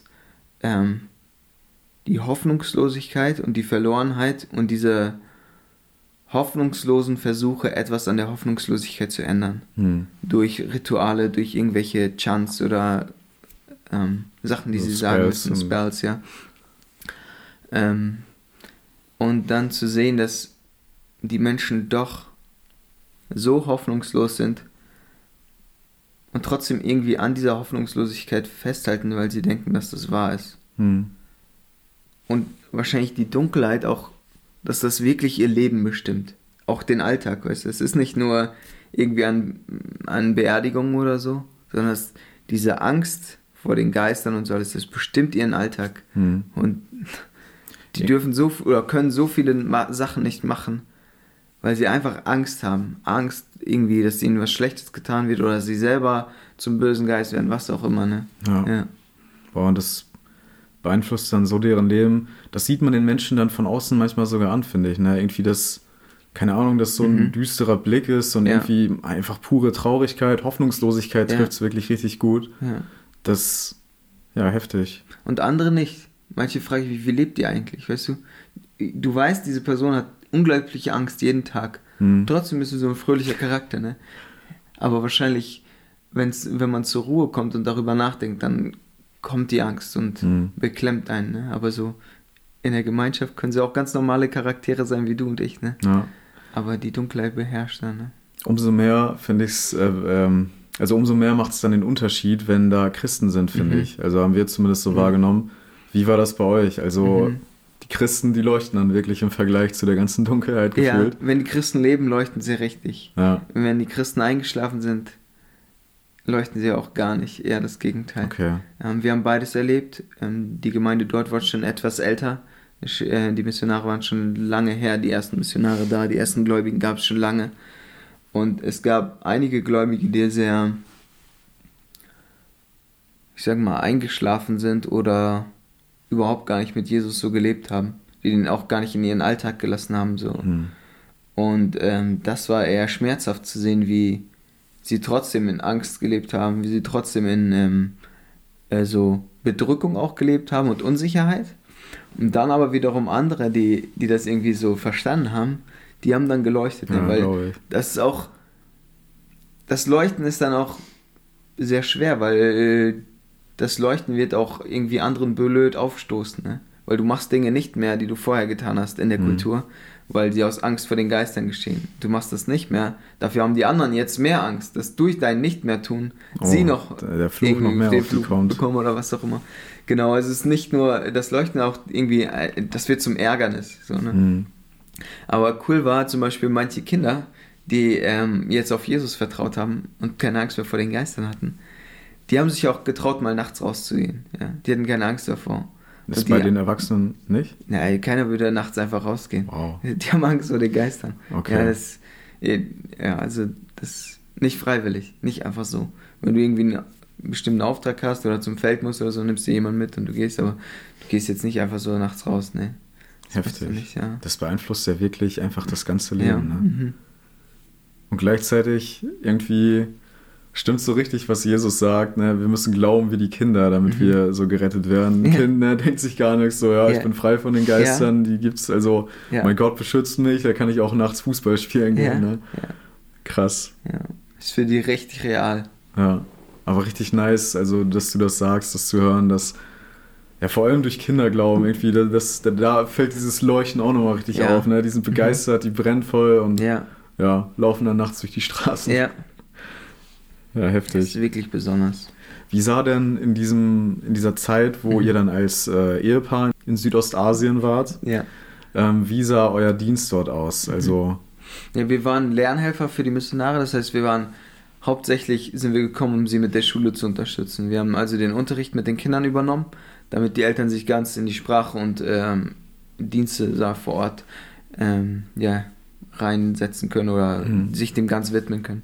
die Hoffnungslosigkeit und die Verlorenheit und diese hoffnungslosen Versuche, etwas an der Hoffnungslosigkeit zu ändern. Durch Rituale, durch irgendwelche Chants oder Sachen, die sie sagen müssen, Spells, ja. Und dann zu sehen, dass die Menschen doch so hoffnungslos sind und trotzdem irgendwie an dieser Hoffnungslosigkeit festhalten, weil sie denken, dass das wahr ist. Und wahrscheinlich die Dunkelheit auch, dass das wirklich ihr Leben bestimmt. Auch den Alltag, weißt du. Es ist nicht nur irgendwie an Beerdigungen oder so, sondern diese Angst vor den Geistern und so alles, das bestimmt ihren Alltag. Und die dürfen können so viele Sachen nicht machen, weil sie einfach Angst haben. Angst irgendwie, dass ihnen was Schlechtes getan wird oder sie selber zum bösen Geist werden, was auch immer, ne? Ja. Boah, und das beeinflusst dann so deren Leben. Das sieht man den Menschen dann von außen manchmal sogar an, finde ich, ne? Irgendwie keine Ahnung, dass so ein düsterer Blick ist und irgendwie einfach pure Traurigkeit, Hoffnungslosigkeit trifft es wirklich richtig gut. Ja. Das, heftig. Und andere nicht. Manche fragen, wie lebt ihr eigentlich, weißt du? Du weißt, diese Person hat unglaubliche Angst jeden Tag. Trotzdem bist du so ein fröhlicher Charakter, ne? Aber wahrscheinlich, wenn man zur Ruhe kommt und darüber nachdenkt, dann kommt die Angst und beklemmt einen, ne? Aber so in der Gemeinschaft können sie auch ganz normale Charaktere sein wie du und ich, ne? Ja. Aber die Dunkelheit beherrscht dann, ne? Umso mehr finde ich es, umso mehr macht es dann den Unterschied, wenn da Christen sind, finde ich. Also haben wir zumindest so wahrgenommen. Wie war das bei euch? Also die Christen, die leuchten dann wirklich im Vergleich zu der ganzen Dunkelheit gefühlt. Ja, wenn die Christen leben, leuchten sie richtig. Ja. Wenn die Christen eingeschlafen sind, leuchten sie auch gar nicht. Eher das Gegenteil. Okay. Wir haben beides erlebt. Die Gemeinde dort war schon etwas älter. Die Missionare waren schon lange her, die ersten Missionare da. Die ersten Gläubigen gab es schon lange. Und es gab einige Gläubige, die sehr, ich sag mal, eingeschlafen sind oder überhaupt gar nicht mit Jesus so gelebt haben, die den auch gar nicht in ihren Alltag gelassen haben. So. Und das war eher schmerzhaft zu sehen, wie sie trotzdem in Angst gelebt haben, wie sie trotzdem so Bedrückung auch gelebt haben und Unsicherheit. Und dann aber wiederum andere, die das irgendwie so verstanden haben, die haben dann geleuchtet. Ne? Weil das ist auch, das Leuchten ist dann auch sehr schwer, weil das Leuchten wird auch irgendwie anderen blöd aufstoßen. Ne? Weil du machst Dinge nicht mehr, die du vorher getan hast in der Kultur, weil sie aus Angst vor den Geistern geschehen. Du machst das nicht mehr. Dafür haben die anderen jetzt mehr Angst, dass durch dein Nicht-mehr-Tun sie noch der Fluch noch mehr auf die kommt. Bekommen oder was auch immer. Genau, also es ist nicht nur das Leuchten, auch irgendwie, das wird zum Ärgernis. So, ne? Aber cool war zum Beispiel manche Kinder, die jetzt auf Jesus vertraut haben und keine Angst mehr vor den Geistern hatten, die haben sich auch getraut, mal nachts rauszugehen. Ja? Die hatten keine Angst davor. Das ist bei den Erwachsenen nicht? Ja, keiner würde nachts einfach rausgehen. Wow. Die haben Angst vor den Geistern. Okay. Also das ist nicht freiwillig, nicht einfach so. Wenn du irgendwie einen bestimmten Auftrag hast oder zum Feld musst oder so, nimmst du jemanden mit und du gehst, aber du gehst jetzt nicht einfach so nachts raus, ne? Heftig. Nicht, ja. Das beeinflusst ja wirklich einfach das ganze Leben. Ja. Ne? Und gleichzeitig irgendwie stimmt so richtig, was Jesus sagt, ne? Wir müssen glauben wie die Kinder, damit wir so gerettet werden. Ein Kind, ne, denkt sich gar nichts so, ich bin frei von den Geistern, die gibt's, also mein Gott beschützt mich, da kann ich auch nachts Fußball spielen gehen. Ne? Ja. Krass. Ja. Ist für die richtig real. Ja, aber richtig nice, also dass du das sagst, das zu hören, dass vor allem durch Kinderglauben irgendwie, da fällt dieses Leuchten auch nochmal richtig auf, ne? Die sind begeistert, die brennen voll und laufen dann nachts durch die Straßen. Ja, heftig. Das ist wirklich besonders. Wie sah denn in dieser Zeit, wo ihr dann als Ehepaar in Südostasien wart, wie sah euer Dienst dort aus? Also wir waren Lernhelfer für die Missionare, das heißt, hauptsächlich sind wir gekommen, um sie mit der Schule zu unterstützen. Wir haben also den Unterricht mit den Kindern übernommen, damit die Eltern sich ganz in die Sprache und Dienste da vor Ort reinsetzen können oder sich dem ganz widmen können.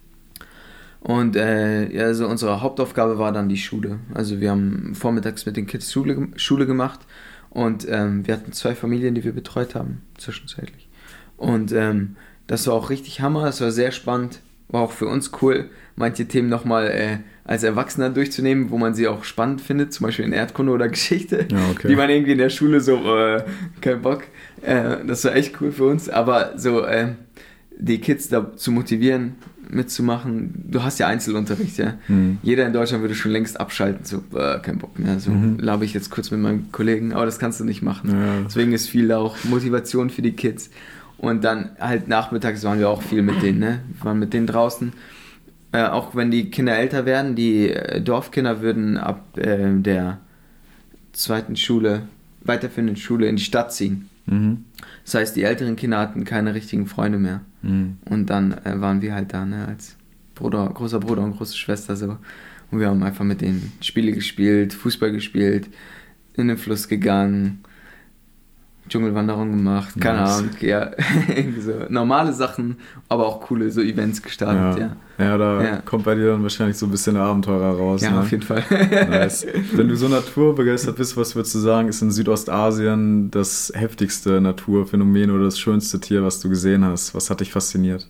Und also unsere Hauptaufgabe war dann die Schule. Also wir haben vormittags mit den Kids Schule gemacht und wir hatten 2 Familien, die wir betreut haben, zwischenzeitlich. Und das war auch richtig Hammer, das war sehr spannend, war auch für uns cool, manche Themen nochmal als Erwachsener durchzunehmen, wo man sie auch spannend findet, zum Beispiel in Erdkunde oder Geschichte, die man irgendwie in der Schule so, kein Bock. Das war echt cool für uns, aber so die Kids da zu motivieren, mitzumachen, du hast ja Einzelunterricht, ja. Jeder in Deutschland würde schon längst abschalten, so, kein Bock mehr, so laber ich jetzt kurz mit meinem Kollegen, aber das kannst du nicht machen. Ja. Deswegen ist viel auch Motivation für die Kids. Und dann halt nachmittags waren wir auch viel mit denen, ne? Wir waren mit denen draußen. Auch wenn die Kinder älter werden, die Dorfkinder würden ab der 2. Schule, weiterführenden Schule in die Stadt ziehen. Das heißt, die älteren Kinder hatten keine richtigen Freunde mehr. Und dann waren wir halt da, ne, als großer Bruder und große Schwester so. Und wir haben einfach mit denen Spiele gespielt, Fußball gespielt, in den Fluss gegangen, Dschungelwanderung gemacht, keine Ahnung, irgendwie so normale Sachen, aber auch coole so Events gestartet, da kommt bei dir dann wahrscheinlich so ein bisschen Abenteurer raus. Ja, auf jeden Fall. Nice. Wenn du so naturbegeistert bist, was würdest du sagen, ist in Südostasien das heftigste Naturphänomen oder das schönste Tier, was du gesehen hast? Was hat dich fasziniert?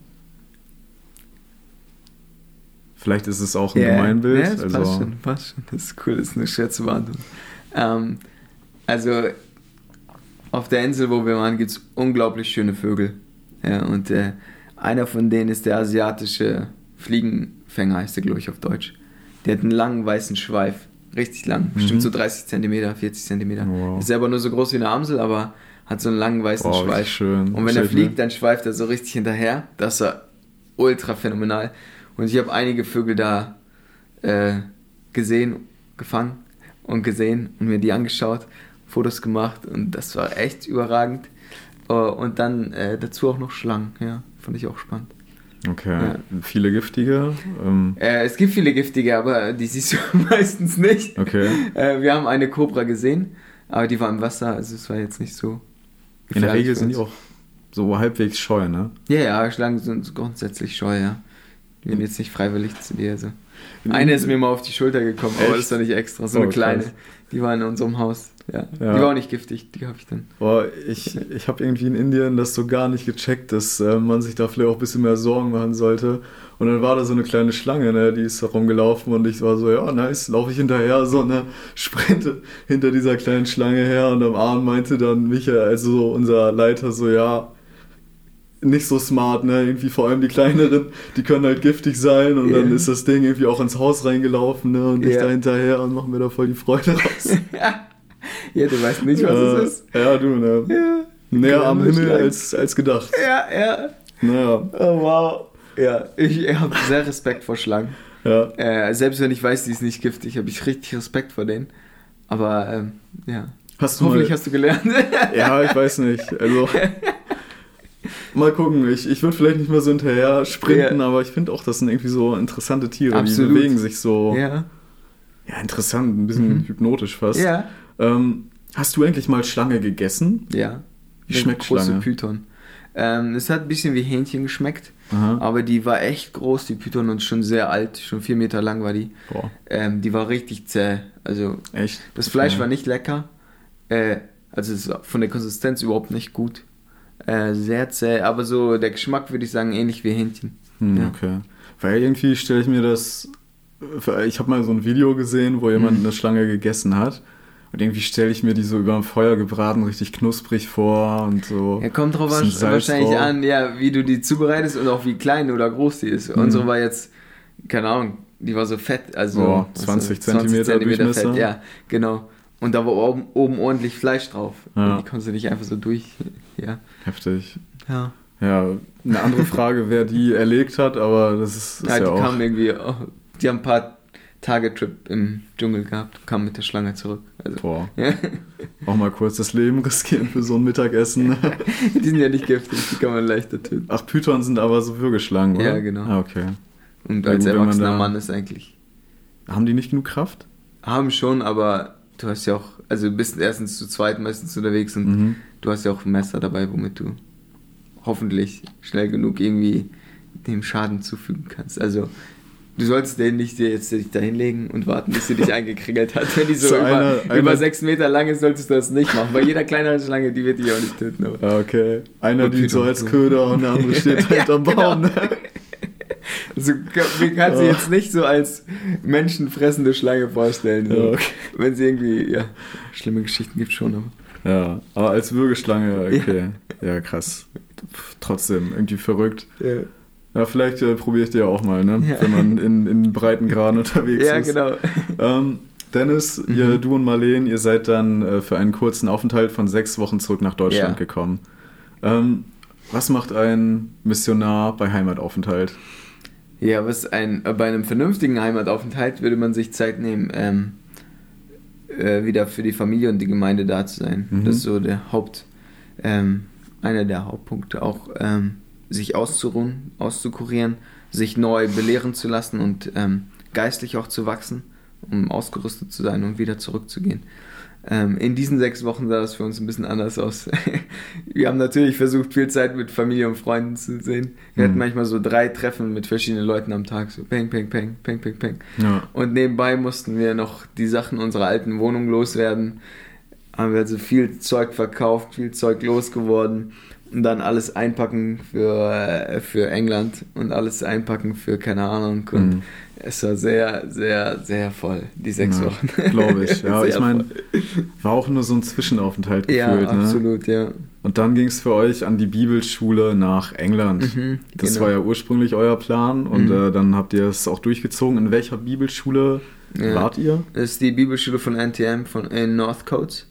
Vielleicht ist es auch ein Gemeinbild. Ja, das passt schon. Das ist cool, das ist eine schwer zu beantworten. Also auf der Insel, wo wir waren, gibt es unglaublich schöne Vögel. Ja, und einer von denen ist der asiatische Fliegenfänger, heißt der, glaube ich, auf Deutsch. Der hat einen langen weißen Schweif. Richtig lang. Bestimmt so 30 cm, 40 cm. Wow. Ist selber nur so groß wie eine Amsel, aber hat so einen langen weißen Schweif. Schön. Und wenn er fliegt, dann schweift er so richtig hinterher. Das war ultra phänomenal. Und ich habe einige Vögel da gefangen und mir die angeschaut. Fotos gemacht und das war echt überragend. Und dann dazu auch noch Schlangen, fand ich auch spannend. Okay, viele giftige? Es gibt viele giftige, aber die siehst du meistens nicht. Okay. Wir haben eine Kobra gesehen, aber die war im Wasser, also es war jetzt nicht so gefährlich. In der Regel sind die auch so halbwegs scheu, ne? Ja, Schlangen sind grundsätzlich scheu, ja. Die gehen jetzt nicht freiwillig zu dir. Also. Eine ist mir mal auf die Schulter gekommen, aber das war nicht extra. So eine kleine. Krass. Die war in unserem Haus. Ja. Die war auch nicht giftig, die habe ich dann. Boah, ich habe irgendwie in Indien das so gar nicht gecheckt, dass man sich da vielleicht auch ein bisschen mehr Sorgen machen sollte. Und dann war da so eine kleine Schlange, ne, die ist da rumgelaufen und ich war so, ja, nice, laufe ich hinterher, so, ne, sprinte hinter dieser kleinen Schlange her und am Abend meinte dann Michael, also unser Leiter, so, ja, nicht so smart, ne, irgendwie vor allem die kleineren, die können halt giftig sein und dann ist das Ding irgendwie auch ins Haus reingelaufen, ne, und ich da hinterher und mach mir da voll die Freude raus. Ja, du weißt nicht, was es ist. Ja, du, ne. Ja. Näher am Himmel als gedacht. Ja. Naja. Oh, wow. Ja, ich habe sehr Respekt vor Schlangen. Ja. Selbst wenn ich weiß, die ist nicht giftig, habe ich richtig Respekt vor denen. Aber, ja. Hoffentlich hast du gelernt. Ja, ich weiß nicht. Also, mal gucken. Ich würde vielleicht nicht mehr so hinterher sprinten, aber ich finde auch, das sind irgendwie so interessante Tiere. Absolut. Die bewegen sich so. Ja, interessant, ein bisschen hypnotisch fast. Ja. Hast du eigentlich mal Schlange gegessen? Ja. Wie schmeckt Schlange? Python. Es hat ein bisschen wie Hähnchen geschmeckt, Aha. aber die war echt groß, die Python, und schon sehr alt, schon 4 Meter lang war die. Boah. Die war richtig zäh. Also echt? Das Fleisch war nicht lecker, also es war von der Konsistenz überhaupt nicht gut. Sehr zäh, aber so der Geschmack, würde ich sagen, ähnlich wie Hähnchen. Ja. Okay. Weil irgendwie stelle ich mir das, ich habe mal so ein Video gesehen, wo jemand eine Schlange gegessen hat. Und irgendwie stelle ich mir die so über dem Feuer gebraten, richtig knusprig vor und so. Ja, kommt drauf wahrscheinlich an, ja, wie du die zubereitest und auch wie klein oder groß die ist. Unsere war jetzt, keine Ahnung, die war so fett, also 20 Zentimeter Fett, ja, genau. Und da war oben ordentlich Fleisch drauf. Ja. Und die konntest du nicht einfach so durch, ja. Heftig. Ja. Ja, eine andere Frage, wer die erlegt hat, aber das ist ja, die auch... kamen irgendwie, die haben ein paar Tagetrip im Dschungel gehabt, kam mit der Schlange zurück. Also, boah. Ja. Auch mal kurz das Leben riskieren für so ein Mittagessen. Die sind ja nicht giftig, die kann man leichter töten. Ach, Python sind aber so Würgeschlangen, oder? Ja, genau. Ah, okay. Und als erwachsener Mann ist eigentlich... Haben die nicht genug Kraft? Haben schon, aber du hast ja auch... Also du bist erstens zu zweit meistens unterwegs und du hast ja auch ein Messer dabei, womit du hoffentlich schnell genug irgendwie dem Schaden zufügen kannst. Also... Du solltest den nicht dir jetzt da hinlegen und warten, bis sie dich eingekringelt hat. Wenn die so über 6 Meter lang ist, solltest du das nicht machen. Bei jeder kleineren Schlange, die wird dich auch nicht töten. Aber. Okay. Einer dient so als Köder und der andere steht halt am Baum. Genau. Also, man kann sie jetzt nicht so als menschenfressende Schlange vorstellen. So. Okay. Wenn sie irgendwie, schlimme Geschichten gibt schon. Aber. Ja, aber als Würgeschlange, okay. Ja, krass. Trotzdem, irgendwie verrückt. Ja. Ja, vielleicht probiere ich die ja auch mal, ne? Ja. Wenn man in Breitengraden unterwegs ist. Ja, genau. Dennis, du und Marleen, ihr seid dann für einen kurzen Aufenthalt von 6 Wochen zurück nach Deutschland gekommen. Was macht ein Missionar bei Heimataufenthalt? Ja, bei einem vernünftigen Heimataufenthalt würde man sich Zeit nehmen, wieder für die Familie und die Gemeinde da zu sein. Das ist so der einer der Hauptpunkte auch. Sich auszuruhen, auszukurieren, sich neu belehren zu lassen und geistlich auch zu wachsen, um ausgerüstet zu sein und wieder zurückzugehen. In diesen 6 Wochen sah das für uns ein bisschen anders aus. Wir haben natürlich versucht, viel Zeit mit Familie und Freunden zu sehen. Wir hatten manchmal so 3 Treffen mit verschiedenen Leuten am Tag, so peng, peng, peng, peng, peng, peng. Ja. Und nebenbei mussten wir noch die Sachen unserer alten Wohnung loswerden. Haben wir also viel Zeug verkauft, viel Zeug losgeworden. Und dann alles einpacken für England und alles einpacken für keine Ahnung. Und es war sehr, sehr, sehr voll, die 6 Wochen. Glaube ich. Ja, ich meine, war auch nur so ein Zwischenaufenthalt gefühlt. Ja, absolut, ja. Und dann ging es für euch an die Bibelschule nach England. Das war ja ursprünglich euer Plan und dann habt ihr es auch durchgezogen. In welcher Bibelschule wart ihr? Das ist die Bibelschule von NTM in Northcote.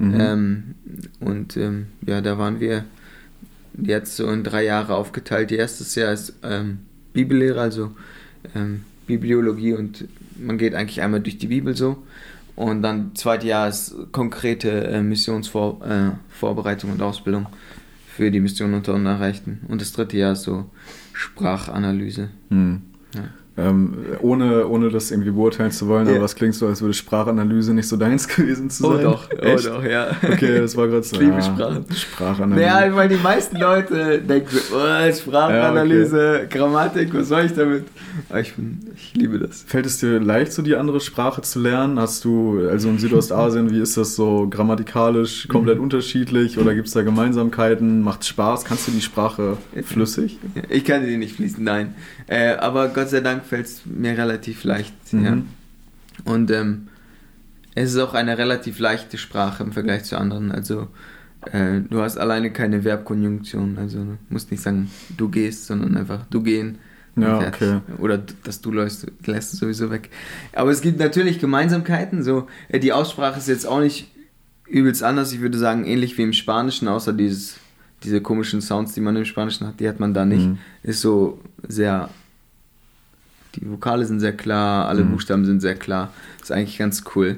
Da waren wir jetzt so in 3 Jahre aufgeteilt. Erstes Jahr ist Bibellehre, also Bibliologie, und man geht eigentlich einmal durch die Bibel so. Und dann 2. Jahr ist konkrete Missionsvorbereitung und Ausbildung für die Mission unter Unerreichten. Und das 3. Jahr ist so Sprachanalyse. Ja. Ohne das irgendwie beurteilen zu wollen, aber was klingt so, als würde Sprachanalyse nicht so deins gewesen zu sein? Echt? Oh doch, ja. Okay, das war gerade so. Ich liebe Sprachen. Sprachanalyse. Naja, weil die meisten Leute denken so, Sprachanalyse, Grammatik, was soll ich damit? Aber ich liebe das. Fällt es dir leicht, so die andere Sprache zu lernen? Hast du, also in Südostasien, wie ist das so grammatikalisch komplett unterschiedlich oder gibt es da Gemeinsamkeiten? Macht es Spaß? Kannst du die Sprache flüssig? Ich kann die nicht fließen, nein. Aber Gott sei Dank fällt es mir relativ leicht. Ja. Und es ist auch eine relativ leichte Sprache im Vergleich zu anderen. Also du hast alleine keine Verbkonjunktion. Also du musst nicht sagen, du gehst, sondern einfach du gehen. Ja, okay. Oder das du lässt es sowieso weg. Aber es gibt natürlich Gemeinsamkeiten. So, die Aussprache ist jetzt auch nicht übelst anders. Ich würde sagen, ähnlich wie im Spanischen, außer diese komischen Sounds, die man im Spanischen hat, die hat man da nicht. Ist so sehr... Die Vokale sind sehr klar, alle Buchstaben sind sehr klar. Ist eigentlich ganz cool.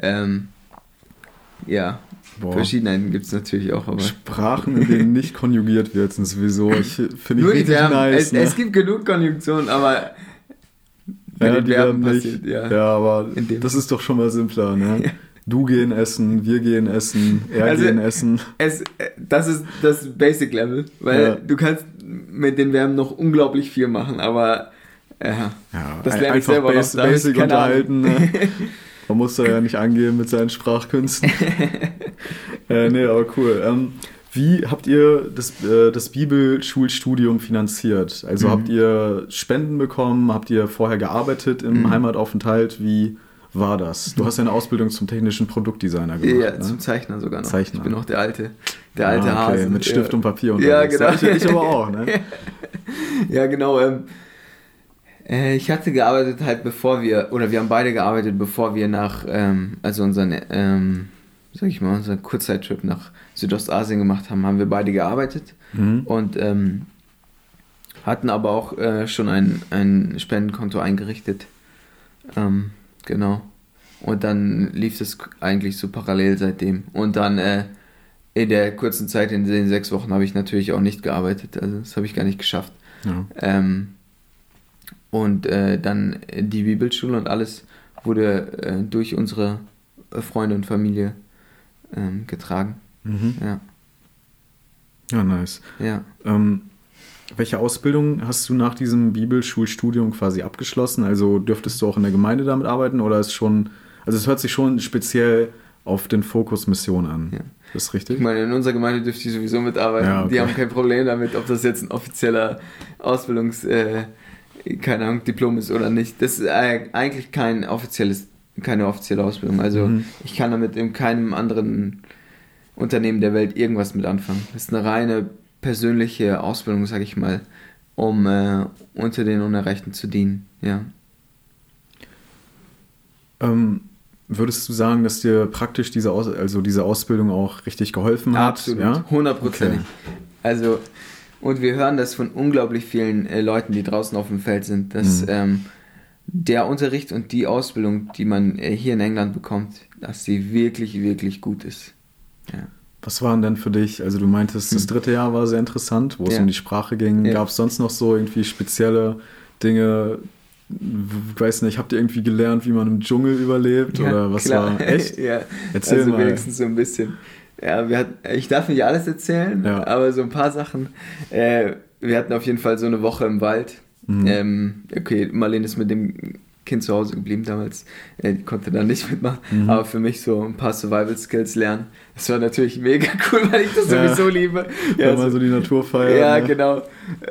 Verschiedenheiten gibt es natürlich auch. Aber Sprachen, in denen nicht konjugiert wird, sind sowieso, finde ich richtig nice. Es gibt genug Konjunktionen, aber bei den Verben passiert, nicht. Ja, aber das ist doch schon mal simpler, ne? Ja. Du gehen essen, wir gehen essen, gehen essen. Das ist das Basic Level, weil du kannst mit den Verben noch unglaublich viel machen, aber das lerne ich selber noch. Basic unterhalten. Ne? Man muss da ja nicht angeben mit seinen Sprachkünsten. Nee, aber cool. Wie habt ihr das Bibelschulstudium finanziert? Also habt ihr Spenden bekommen? Habt ihr vorher gearbeitet im Heimataufenthalt? Wie war das? Du hast ja eine Ausbildung zum technischen Produktdesigner gemacht. Ja, zum Zeichner sogar noch. Ich bin noch der alte Hase. Mit Stift und Papier und ja, genau. Ich aber auch, ne? Ja, genau. Ich hatte gearbeitet halt wir haben beide gearbeitet, bevor wir nach, unseren Kurzzeittrip nach Südostasien gemacht haben wir beide gearbeitet und hatten aber auch schon ein Spendenkonto eingerichtet. Genau. Und dann lief es eigentlich so parallel seitdem. Und dann in der kurzen Zeit, in den 6 Wochen, habe ich natürlich auch nicht gearbeitet. Also das habe ich gar nicht geschafft. Ja. Und dann die Bibelschule und alles wurde durch unsere Freunde und Familie getragen. Ja. Ja, nice. Ja. Welche Ausbildung hast du nach diesem Bibelschulstudium quasi abgeschlossen? Also dürftest du auch in der Gemeinde damit arbeiten oder ist schon, also es hört sich schon speziell auf den Fokus Mission an. Ja. Das ist richtig? Ich meine, in unserer Gemeinde dürfte ich sowieso mitarbeiten. Ja, okay. Die haben kein Problem damit, ob das jetzt ein offizieller Diplom ist oder nicht. Das ist eigentlich keine offizielle Ausbildung. Also ich kann damit in keinem anderen Unternehmen der Welt irgendwas mit anfangen. Das ist eine reine persönliche Ausbildung, sage ich mal, um unter den Unerreichten zu dienen. Ja. Würdest du sagen, dass dir praktisch diese Ausbildung auch richtig geholfen hat? Absolut, ja? 100%. Okay. Also, und wir hören das von unglaublich vielen Leuten, die draußen auf dem Feld sind, dass der Unterricht und die Ausbildung, die man hier in England bekommt, dass sie wirklich, wirklich gut ist. Ja. Was waren denn für dich, also du meintest, das 3. Jahr war sehr interessant, wo es um die Sprache ging. Ja. Gab es sonst noch so irgendwie spezielle Dinge, ich weiß nicht, habt ihr irgendwie gelernt, wie man im Dschungel überlebt? Ja, oder was klar. War echt? Ja, erzähl also mal. Wenigstens so ein bisschen. Ja, ich darf nicht alles erzählen, aber so ein paar Sachen. Wir hatten auf jeden Fall so eine Woche im Wald. Okay, Marlene ist mit dem Kind zu Hause geblieben damals. Die konnte da nicht mitmachen. Aber für mich so ein paar Survival-Skills lernen. Das war natürlich mega cool, weil ich das sowieso liebe. Ja, mal so die Natur feiern. Ja, ne? Genau.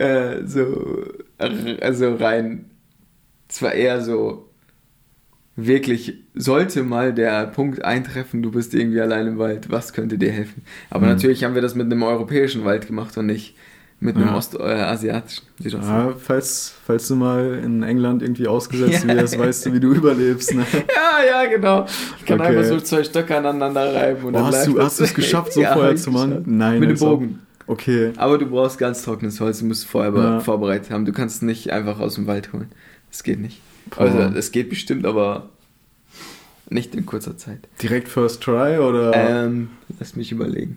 Also rein, zwar eher so, wirklich, sollte mal der Punkt eintreffen, du bist irgendwie allein im Wald, was könnte dir helfen? Aber natürlich haben wir das mit einem europäischen Wald gemacht und nicht mit einem ostasiatischen. Ja, falls du mal in England irgendwie ausgesetzt wirst, weißt du, wie du überlebst. Ne? Ja, genau. Ich kann einfach so 2 Stöcke aneinander reiben. Und hast du es geschafft, so Feuer zu machen? Nein. Mit dem Bogen. Okay. Aber du brauchst ganz trockenes Holz, du musst es vorher vorbereitet haben. Du kannst es nicht einfach aus dem Wald holen. Das geht nicht. Also, es geht bestimmt, aber nicht in kurzer Zeit. Direkt First Try, oder? Lass mich überlegen.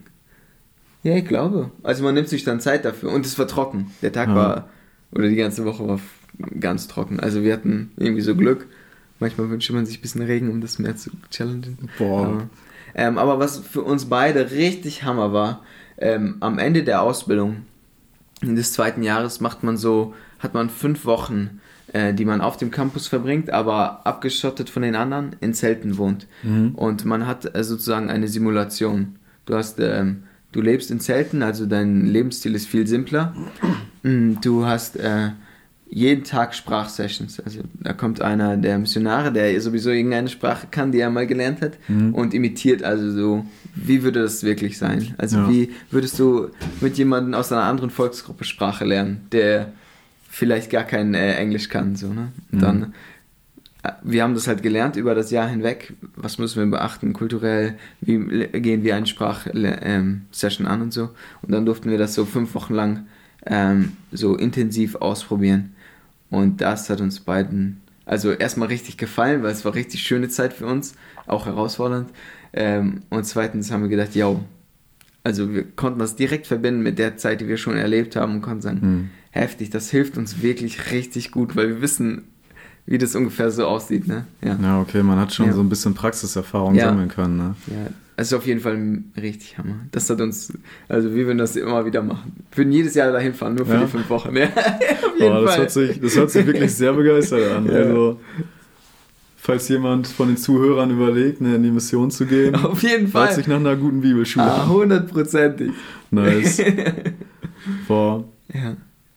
Ja, ich glaube. Also man nimmt sich dann Zeit dafür. Und es war trocken. Der Tag war, oder die ganze Woche war ganz trocken. Also wir hatten irgendwie so Glück. Manchmal wünscht man sich ein bisschen Regen, um das Meer zu challengen. Boah. Aber was für uns beide richtig Hammer war, am Ende der Ausbildung des 2. Jahres hat man 5 Wochen, die man auf dem Campus verbringt, aber abgeschottet von den anderen, in Zelten wohnt. Und man hat sozusagen eine Simulation. Du lebst in Zelten, also dein Lebensstil ist viel simpler. Du hast jeden Tag Sprachsessions. Also da kommt einer der Missionare, der sowieso irgendeine Sprache kann, die er mal gelernt hat, und imitiert also so, wie würde das wirklich sein? Also wie würdest du mit jemandem aus einer anderen Volksgruppe Sprache lernen, der vielleicht gar kein Englisch kann, so, ne? Dann, wir haben das halt gelernt über das Jahr hinweg. Was müssen wir beachten kulturell? Wie gehen wir eine Sprachsession an und so? Und dann durften wir das so 5 Wochen lang so intensiv ausprobieren. Und das hat uns beiden also erstmal richtig gefallen, weil es war richtig schöne Zeit für uns, auch herausfordernd. Und zweitens haben wir gedacht, also wir konnten das direkt verbinden mit der Zeit, die wir schon erlebt haben, und konnten sagen, heftig, das hilft uns wirklich richtig gut, weil wir wissen, wie das ungefähr so aussieht, ne? Ja, okay, man hat schon so ein bisschen Praxiserfahrung sammeln können, ne? Ja, es ist auf jeden Fall richtig Hammer. Das hat uns, also wir würden das immer wieder machen. Wir würden jedes Jahr dahin fahren, nur für die 5 Wochen. Ja, auf jeden Fall. Das hört sich wirklich sehr begeistert an. Ja. Also, falls jemand von den Zuhörern überlegt, in die Mission zu gehen, auf jeden Fall. hört sich nach einer guten Bibelschule an. 100%. Nice. Boah. Ja.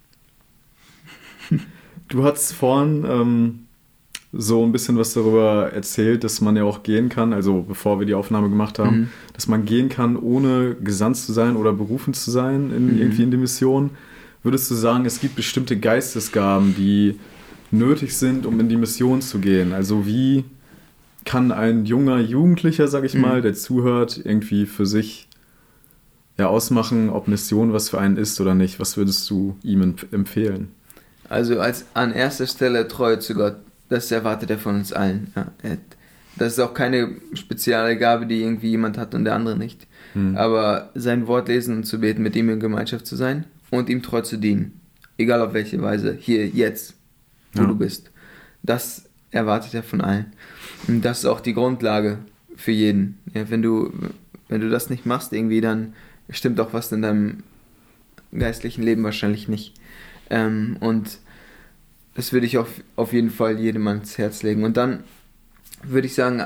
Du hast vorhin so ein bisschen was darüber erzählt, dass man ja auch gehen kann, also bevor wir die Aufnahme gemacht haben, dass man gehen kann, ohne gesandt zu sein oder berufen zu sein irgendwie in die Mission. Würdest du sagen, es gibt bestimmte Geistesgaben, die nötig sind, um in die Mission zu gehen? Also wie kann ein junger Jugendlicher, sag ich mal, der zuhört, irgendwie für sich ausmachen, ob Mission was für einen ist oder nicht? Was würdest du ihm empfehlen? Also an erster Stelle Treue zu Gott, das erwartet er von uns allen. Ja. Das ist auch keine spezielle Gabe, die irgendwie jemand hat und der andere nicht. Aber sein Wort lesen und zu beten, mit ihm in Gemeinschaft zu sein und ihm treu zu dienen. Egal auf welche Weise, hier, jetzt, wo du bist. Das erwartet er von allen. Und das ist auch die Grundlage für jeden. Ja, wenn du das nicht machst irgendwie, dann stimmt auch was in deinem geistlichen Leben wahrscheinlich nicht. Und das würde ich auf jeden Fall jedem ans Herz legen. Und dann würde ich sagen,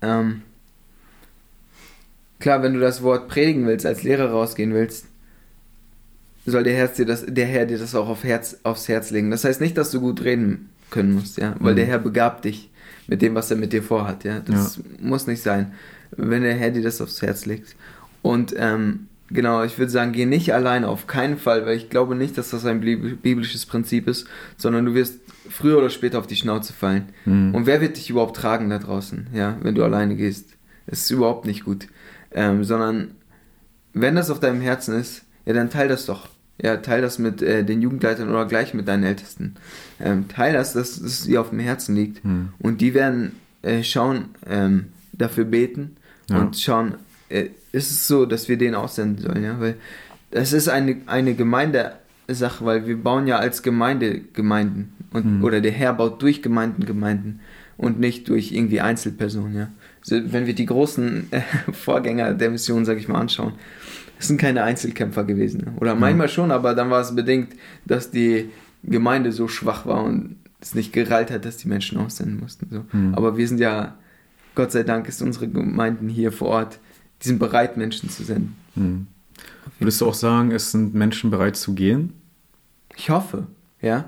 klar, wenn du das Wort predigen willst, als Lehrer rausgehen willst, soll der Herr dir das auch aufs Herz legen. Das heißt nicht, dass du gut reden können musst, ja, weil der Herr begabt dich mit dem, was er mit dir vorhat, ja. Das muss nicht sein, wenn der Herr dir das aufs Herz legt. Und genau, ich würde sagen, geh nicht alleine, auf keinen Fall, weil ich glaube nicht, dass das ein biblisches Prinzip ist, sondern du wirst früher oder später auf die Schnauze fallen. Und wer wird dich überhaupt tragen da draußen, ja, wenn du alleine gehst? Das ist überhaupt nicht gut. Sondern, wenn das auf deinem Herzen ist, ja, dann teil das doch. Ja, teil das mit den Jugendleitern oder gleich mit deinen Ältesten. Teil das, dass es dir auf dem Herzen liegt. Und die werden schauen, dafür beten und schauen, ist es so, dass wir den aussenden sollen, ja, weil das ist eine Gemeindesache, weil wir bauen ja als Gemeinde Gemeinden oder der Herr baut durch Gemeinden und nicht durch irgendwie Einzelpersonen, ja. Also, wenn wir die großen Vorgänger der Mission, sag ich mal, anschauen, das sind keine Einzelkämpfer gewesen, ne? Oder manchmal schon, aber dann war es bedingt, dass die Gemeinde so schwach war und es nicht gereilt hat, dass die Menschen aussenden mussten, so. Aber wir sind ja, Gott sei Dank ist unsere Gemeinden hier vor Ort, die sind bereit, Menschen zu senden. Würdest du auch sagen, es sind Menschen bereit zu gehen? Ich hoffe, ja.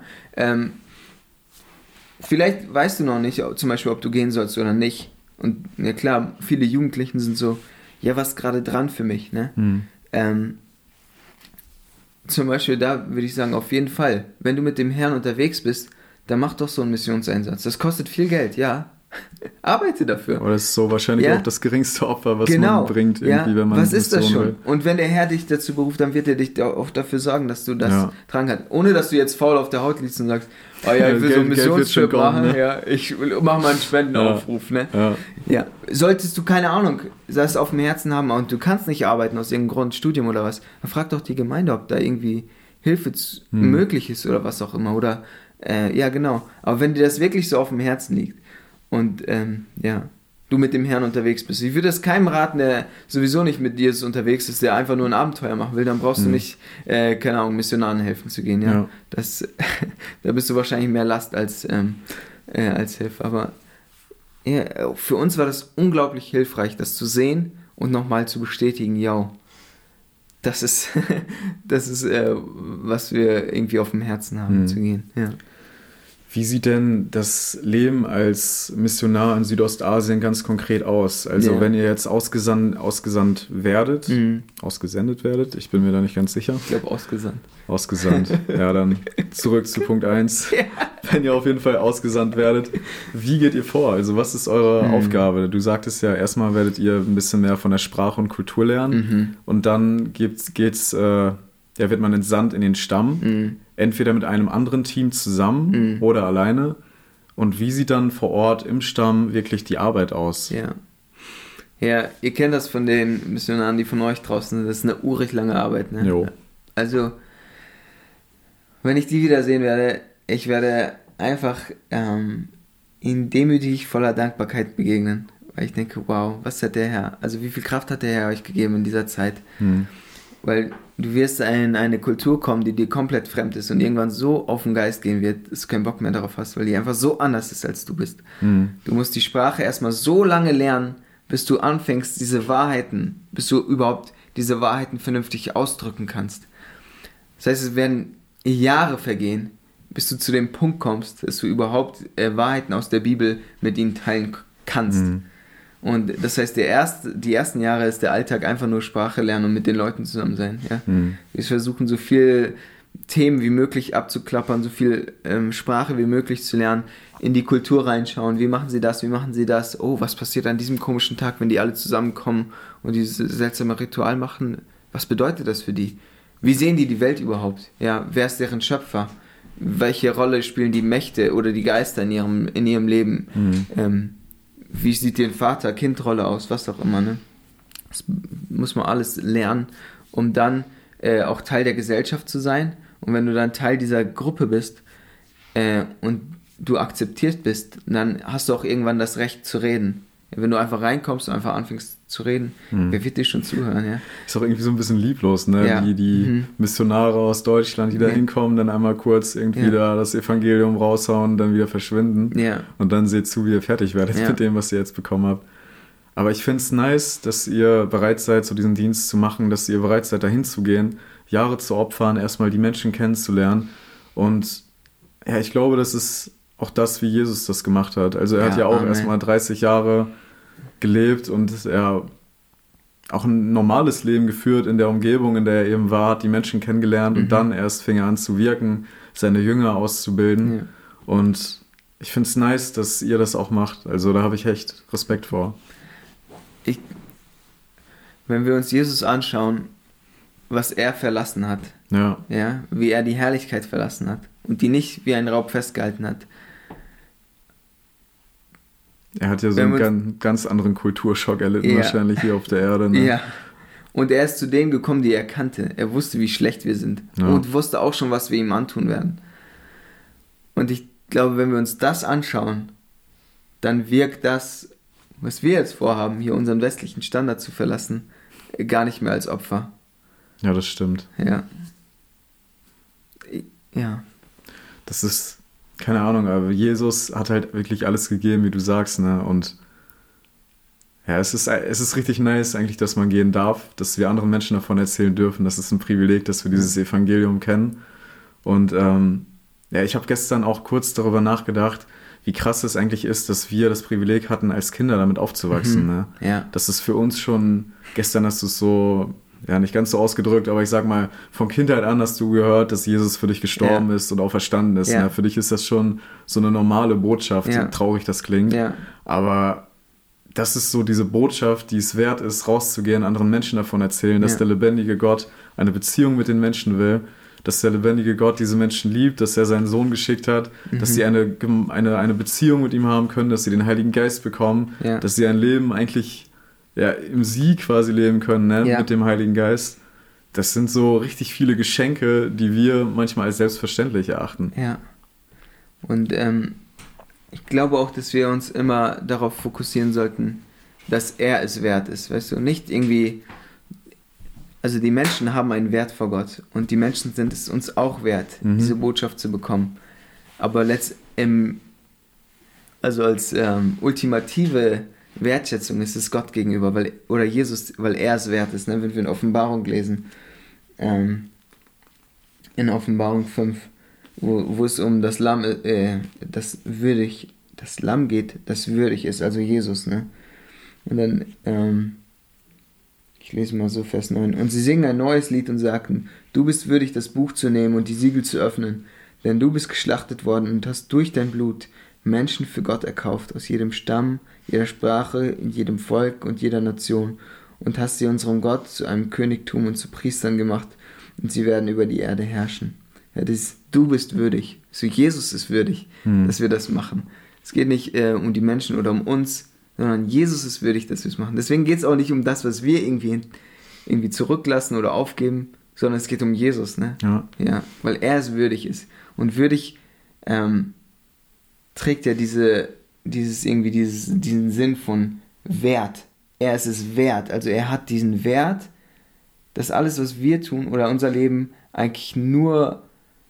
Vielleicht weißt du noch nicht, zum Beispiel, ob du gehen sollst oder nicht. Und ja klar, viele Jugendlichen sind so, ja, was ist gerade dran für mich, ne? Zum Beispiel da würde ich sagen, auf jeden Fall, wenn du mit dem Herrn unterwegs bist, dann mach doch so einen Missionseinsatz. Das kostet viel Geld, ja. Arbeite dafür. Aber das ist so wahrscheinlich auch das geringste Opfer, was man bringt, irgendwie, wenn man was ist das schon? Will. Und wenn der Herr dich dazu beruft, dann wird er dich auch dafür sorgen, dass du das tragen kannst. Ohne, dass du jetzt faul auf der Haut liegst und sagst, oh ja, ich will so einen Missionstrip machen, ne? Ja, ich mache mal einen Spendenaufruf, ne? Ja. Solltest du, keine Ahnung, das auf dem Herzen haben und du kannst nicht arbeiten aus irgendeinem Grund, Studium oder was, dann frag doch die Gemeinde, ob da irgendwie Hilfe möglich ist oder was auch immer. Oder Ja, genau. Aber wenn dir das wirklich so auf dem Herzen liegt und du mit dem Herrn unterwegs bist, ich würde es keinem raten, der sowieso nicht mit dir unterwegs ist, der einfach nur ein Abenteuer machen will, dann brauchst du nicht, keine Ahnung, Missionaren helfen zu gehen. Ja? Da bist du wahrscheinlich mehr Last als Hilfe. Aber ja, für uns war das unglaublich hilfreich, das zu sehen und nochmal zu bestätigen, das ist, was wir irgendwie auf dem Herzen haben zu gehen. Ja. Wie sieht denn das Leben als Missionar in Südostasien ganz konkret aus? Also wenn ihr jetzt ausgesendet werdet, ich bin mir da nicht ganz sicher. Ich glaube ausgesandt. Ausgesandt, ja, dann zurück zu Punkt 1. Ja. Wenn ihr auf jeden Fall ausgesandt werdet, wie geht ihr vor? Also was ist eure Aufgabe? Du sagtest ja, erstmal werdet ihr ein bisschen mehr von der Sprache und Kultur lernen und dann wird man entsandt in den Stamm, entweder mit einem anderen Team zusammen oder alleine. Und wie sieht dann vor Ort im Stamm wirklich die Arbeit aus? Ja, ihr kennt das von den Missionaren, die von euch draußen sind. Das ist eine urig lange Arbeit. Ne? Jo. Also, wenn ich die wiedersehen werde, ich werde einfach ihnen demütig voller Dankbarkeit begegnen. Weil ich denke, wow, was hat der Herr, also wie viel Kraft hat der Herr euch gegeben in dieser Zeit? Weil du wirst in eine Kultur kommen, die dir komplett fremd ist und irgendwann so auf den Geist gehen wird, dass du keinen Bock mehr darauf hast, weil die einfach so anders ist, als du bist. Du musst die Sprache erstmal so lange lernen, bis du anfängst, bis du überhaupt diese Wahrheiten vernünftig ausdrücken kannst. Das heißt, es werden Jahre vergehen, bis du zu dem Punkt kommst, dass du überhaupt Wahrheiten aus der Bibel mit ihnen teilen kannst. Und das heißt, die ersten Jahre ist der Alltag einfach nur Sprache lernen und mit den Leuten zusammen sein. Ja? Wir versuchen so viel Themen wie möglich abzuklappern, so viel Sprache wie möglich zu lernen, in die Kultur reinschauen. Wie machen sie das? Wie machen sie das? Oh, was passiert an diesem komischen Tag, wenn die alle zusammenkommen und dieses seltsame Ritual machen? Was bedeutet das für die? Wie sehen die Welt überhaupt? Ja, wer ist deren Schöpfer? Welche Rolle spielen die Mächte oder die Geister in ihrem Leben? Wie sieht die Vater-Kind-Rolle aus, was auch immer, ne? Das muss man alles lernen, um dann auch Teil der Gesellschaft zu sein. Und wenn du dann Teil dieser Gruppe bist und du akzeptiert bist, dann hast du auch irgendwann das Recht zu reden. Wenn du einfach reinkommst und einfach anfängst zu reden, wer wird dir schon zuhören, ja? Ist auch irgendwie so ein bisschen lieblos, ne? Ja. Die Missionare aus Deutschland, die da hinkommen, dann einmal kurz irgendwie da das Evangelium raushauen, dann wieder verschwinden. Ja. Und dann seht zu, wie ihr fertig werdet mit dem, was ihr jetzt bekommen habt. Aber ich finde es nice, dass ihr bereit seid, so diesen Dienst zu machen, dass ihr bereit seid, dahin zu gehen, Jahre zu opfern, erstmal die Menschen kennenzulernen. Und ja, ich glaube, das ist auch das, wie Jesus das gemacht hat. Also er hat ja auch erstmal 30 Jahre gelebt und er auch ein normales Leben geführt in der Umgebung, in der er eben war, hat die Menschen kennengelernt und dann erst fing er an zu wirken, seine Jünger auszubilden. Ja. Und ich finde es nice, dass ihr das auch macht. Also da habe ich echt Respekt vor. Wenn wir uns Jesus anschauen, was er verlassen hat, wie er die Herrlichkeit verlassen hat und die nicht wie ein Raub festgehalten hat. Er hat ja so einen ganz anderen Kulturschock erlitten, wahrscheinlich hier auf der Erde. Ne? Ja, und er ist zu denen gekommen, die er kannte. Er wusste, wie schlecht wir sind und wusste auch schon, was wir ihm antun werden. Und ich glaube, wenn wir uns das anschauen, dann wirkt das, was wir jetzt vorhaben, hier unseren westlichen Standard zu verlassen, gar nicht mehr als Opfer. Ja, das stimmt. Ja. Das ist, keine Ahnung, aber Jesus hat halt wirklich alles gegeben, wie du sagst, ne? Und ja, es ist richtig nice eigentlich, dass man gehen darf, dass wir anderen Menschen davon erzählen dürfen. Das ist ein Privileg, dass wir dieses Evangelium kennen. Und ich habe gestern auch kurz darüber nachgedacht, wie krass es eigentlich ist, dass wir das Privileg hatten, als Kinder damit aufzuwachsen. Ne? Ja. Das ist für uns schon, gestern hast du es so, nicht ganz so ausgedrückt, aber ich sag mal, von Kindheit an hast du gehört, dass Jesus für dich gestorben ist und auferstanden ist. Ne? Für dich ist das schon so eine normale Botschaft, so traurig das klingt. Ja. Aber das ist so diese Botschaft, die es wert ist, rauszugehen, anderen Menschen davon erzählen, dass der lebendige Gott eine Beziehung mit den Menschen will, dass der lebendige Gott diese Menschen liebt, dass er seinen Sohn geschickt hat, dass sie eine Beziehung mit ihm haben können, dass sie den Heiligen Geist bekommen, dass sie ein Leben eigentlich im Sieg quasi leben können, ne? Mit dem Heiligen Geist. Das sind so richtig viele Geschenke, die wir manchmal als selbstverständlich erachten. Ja. Und ich glaube auch, dass wir uns immer darauf fokussieren sollten, dass er es wert ist, weißt du, nicht irgendwie, also die Menschen haben einen Wert vor Gott und die Menschen sind es uns auch wert, diese Botschaft zu bekommen. Aber also als ultimative Wertschätzung ist es Gott gegenüber, oder Jesus, weil er es wert ist, ne? Wenn wir in Offenbarung lesen, in Offenbarung 5, wo es um das Lamm, das Lamm geht, das würdig ist, also Jesus, ne? Und dann, ich lese mal so Vers 9. Und sie singen ein neues Lied und sagten, du bist würdig, das Buch zu nehmen und die Siegel zu öffnen, denn du bist geschlachtet worden und hast durch dein Blut Menschen für Gott erkauft, aus jedem Stamm, jeder Sprache, in jedem Volk und jeder Nation, und hast sie unserem Gott zu einem Königtum und zu Priestern gemacht, und sie werden über die Erde herrschen. Ja, du bist würdig, so Jesus ist würdig, dass wir das machen. Es geht nicht um die Menschen oder um uns, sondern Jesus ist würdig, dass wir es machen. Deswegen geht es auch nicht um das, was wir irgendwie zurücklassen oder aufgeben, sondern es geht um Jesus, ne? Ja, weil er es würdig ist. Und würdig trägt ja diesen Sinn von Wert. Er ist es wert. Also er hat diesen Wert, dass alles, was wir tun oder unser Leben eigentlich nur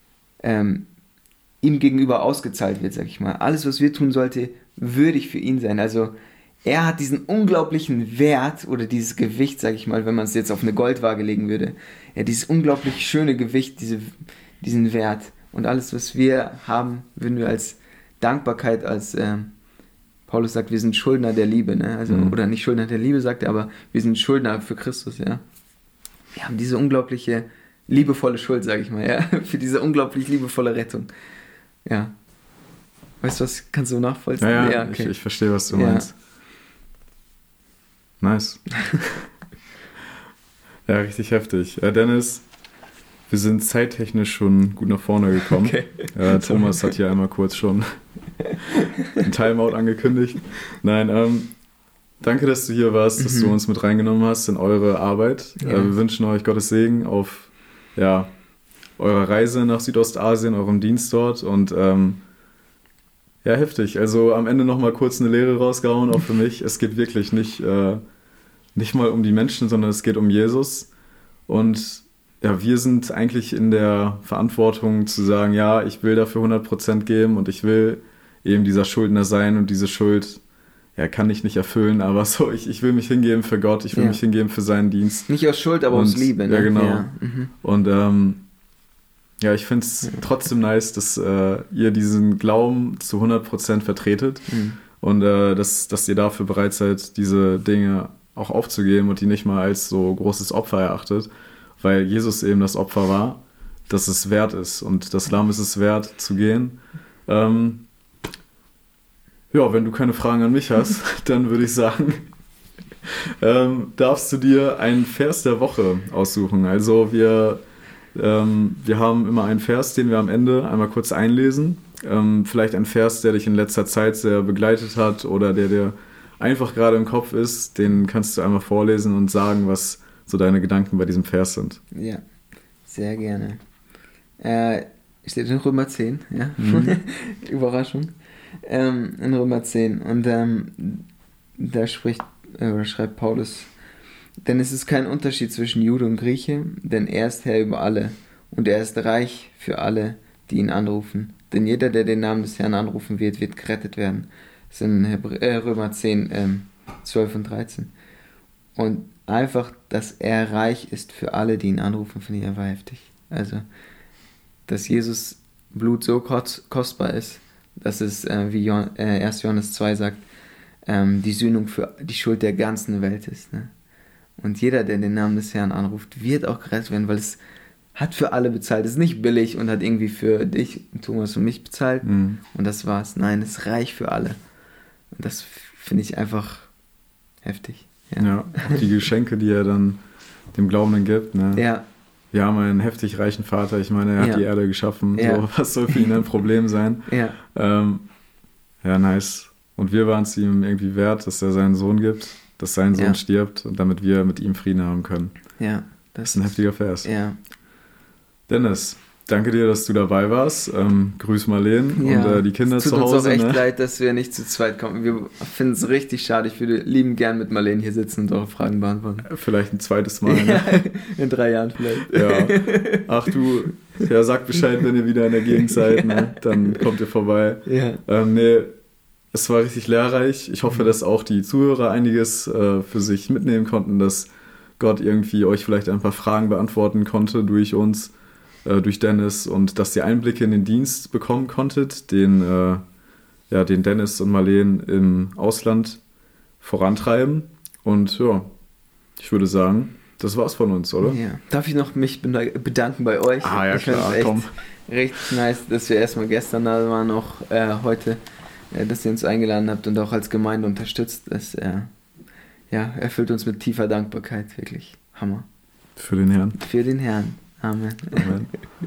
ihm gegenüber ausgezahlt wird, sag ich mal. Alles, was wir tun, sollte würdig für ihn sein. Also er hat diesen unglaublichen Wert oder dieses Gewicht, sag ich mal, wenn man es jetzt auf eine Goldwaage legen würde. Er hat dieses unglaublich schöne Gewicht, diesen Wert. Und alles, was wir haben, würden wir als Dankbarkeit, als Paulus sagt, wir sind Schuldner der Liebe, ne? Also, oder nicht Schuldner der Liebe, sagt er, aber wir sind Schuldner für Christus, ja. Wir haben diese unglaubliche, liebevolle Schuld, sag ich mal, ja, für diese unglaublich liebevolle Rettung. Ja. Weißt du was, kannst du nachvollziehen? Ja, okay. Ich verstehe, was du meinst. Nice. Ja, richtig heftig. Dennis, wir sind zeittechnisch schon gut nach vorne gekommen. Okay. Thomas hat hier einmal kurz schon ein Timeout angekündigt. Nein, danke, dass du hier warst, dass du uns mit reingenommen hast in eure Arbeit. Ja. Wir wünschen euch Gottes Segen auf eurer Reise nach Südostasien, eurem Dienst dort und ja, heftig. Also am Ende nochmal kurz eine Lehre rausgehauen, auch für mich. Es geht wirklich nicht mal um die Menschen, sondern es geht um Jesus. Und ja, wir sind eigentlich in der Verantwortung zu sagen, ja, ich will dafür 100% geben und ich will eben dieser Schuldner sein und diese Schuld, ja, kann ich nicht erfüllen, aber so, ich will mich hingeben für Gott, ich will mich hingeben für seinen Dienst. Nicht aus Schuld, aber aus Liebe, ne? Ja, genau. Ja. Und ja, ich finde es trotzdem nice, dass ihr diesen Glauben zu 100% vertretet und dass ihr dafür bereit seid, diese Dinge auch aufzugeben und die nicht mal als so großes Opfer erachtet, weil Jesus eben das Opfer war, dass es wert ist und das Lamm ist es wert zu gehen. Ja, wenn du keine Fragen an mich hast, dann würde ich sagen, darfst du dir einen Vers der Woche aussuchen. Also wir haben immer einen Vers, den wir am Ende einmal kurz einlesen. Vielleicht ein Vers, der dich in letzter Zeit sehr begleitet hat oder der dir einfach gerade im Kopf ist, den kannst du einmal vorlesen und sagen, was so deine Gedanken bei diesem Vers sind. Ja, sehr gerne. Steht in Römer 10, ja? Überraschung. In Römer 10. Und da schreibt Paulus, denn es ist kein Unterschied zwischen Jude und Grieche, denn er ist Herr über alle und er ist reich für alle, die ihn anrufen. Denn jeder, der den Namen des Herrn anrufen wird, wird gerettet werden. Das ist in Römer 10, 12 und 13. Und einfach, dass er reich ist für alle, die ihn anrufen, finde ich einfach heftig. Also, dass Jesus Blut so kostbar ist, dass es, wie 1. Johannes 2 sagt, die Sühnung für die Schuld der ganzen Welt ist. Ne? Und jeder, der den Namen des Herrn anruft, wird auch gerettet werden, weil es hat für alle bezahlt. Es ist nicht billig und hat irgendwie für dich, Thomas und mich bezahlt und das war's. Nein, es ist reich für alle. Und das finde ich einfach heftig. Ja, die Geschenke, die er dann dem Glaubenden gibt. Ne? Ja. Wir haben einen heftig reichen Vater. Ich meine, er hat die Erde geschaffen. Ja. So, was soll für ihn ein Problem sein? Ja. Ja, nice. Und wir waren es ihm irgendwie wert, dass er seinen Sohn gibt, dass sein Sohn stirbt und damit wir mit ihm Frieden haben können. Ja. Das ist ein heftiger Vers. Ja. Dennis, danke dir, dass du dabei warst. Grüß Marleen und die Kinder zu Hause. Es tut uns auch echt leid, dass wir nicht zu zweit kommen. Wir finden es richtig schade. Ich würde lieben gern mit Marleen hier sitzen und eure Fragen beantworten. Vielleicht ein zweites Mal. Ne? Ja, in 3 Jahren vielleicht. Ja. Ach du, ja, sagt Bescheid, wenn ihr wieder in der Gegend seid. Ne? Dann kommt ihr vorbei. Ja. Nee, es war richtig lehrreich. Ich hoffe, dass auch die Zuhörer einiges für sich mitnehmen konnten, dass Gott irgendwie euch vielleicht ein paar Fragen beantworten konnte durch uns, durch Dennis, und dass ihr Einblicke in den Dienst bekommen konntet, den Dennis und Marleen im Ausland vorantreiben. Und ja, ich würde sagen, das war's von uns, oder? Ja. Darf ich noch mich bedanken bei euch? Ah ja, klar, komm. Richtig nice, dass wir erstmal gestern da waren, auch heute, dass ihr uns eingeladen habt und auch als Gemeinde unterstützt. Das erfüllt uns mit tiefer Dankbarkeit, wirklich. Hammer. Für den Herrn. Für den Herrn. Amen. Amen.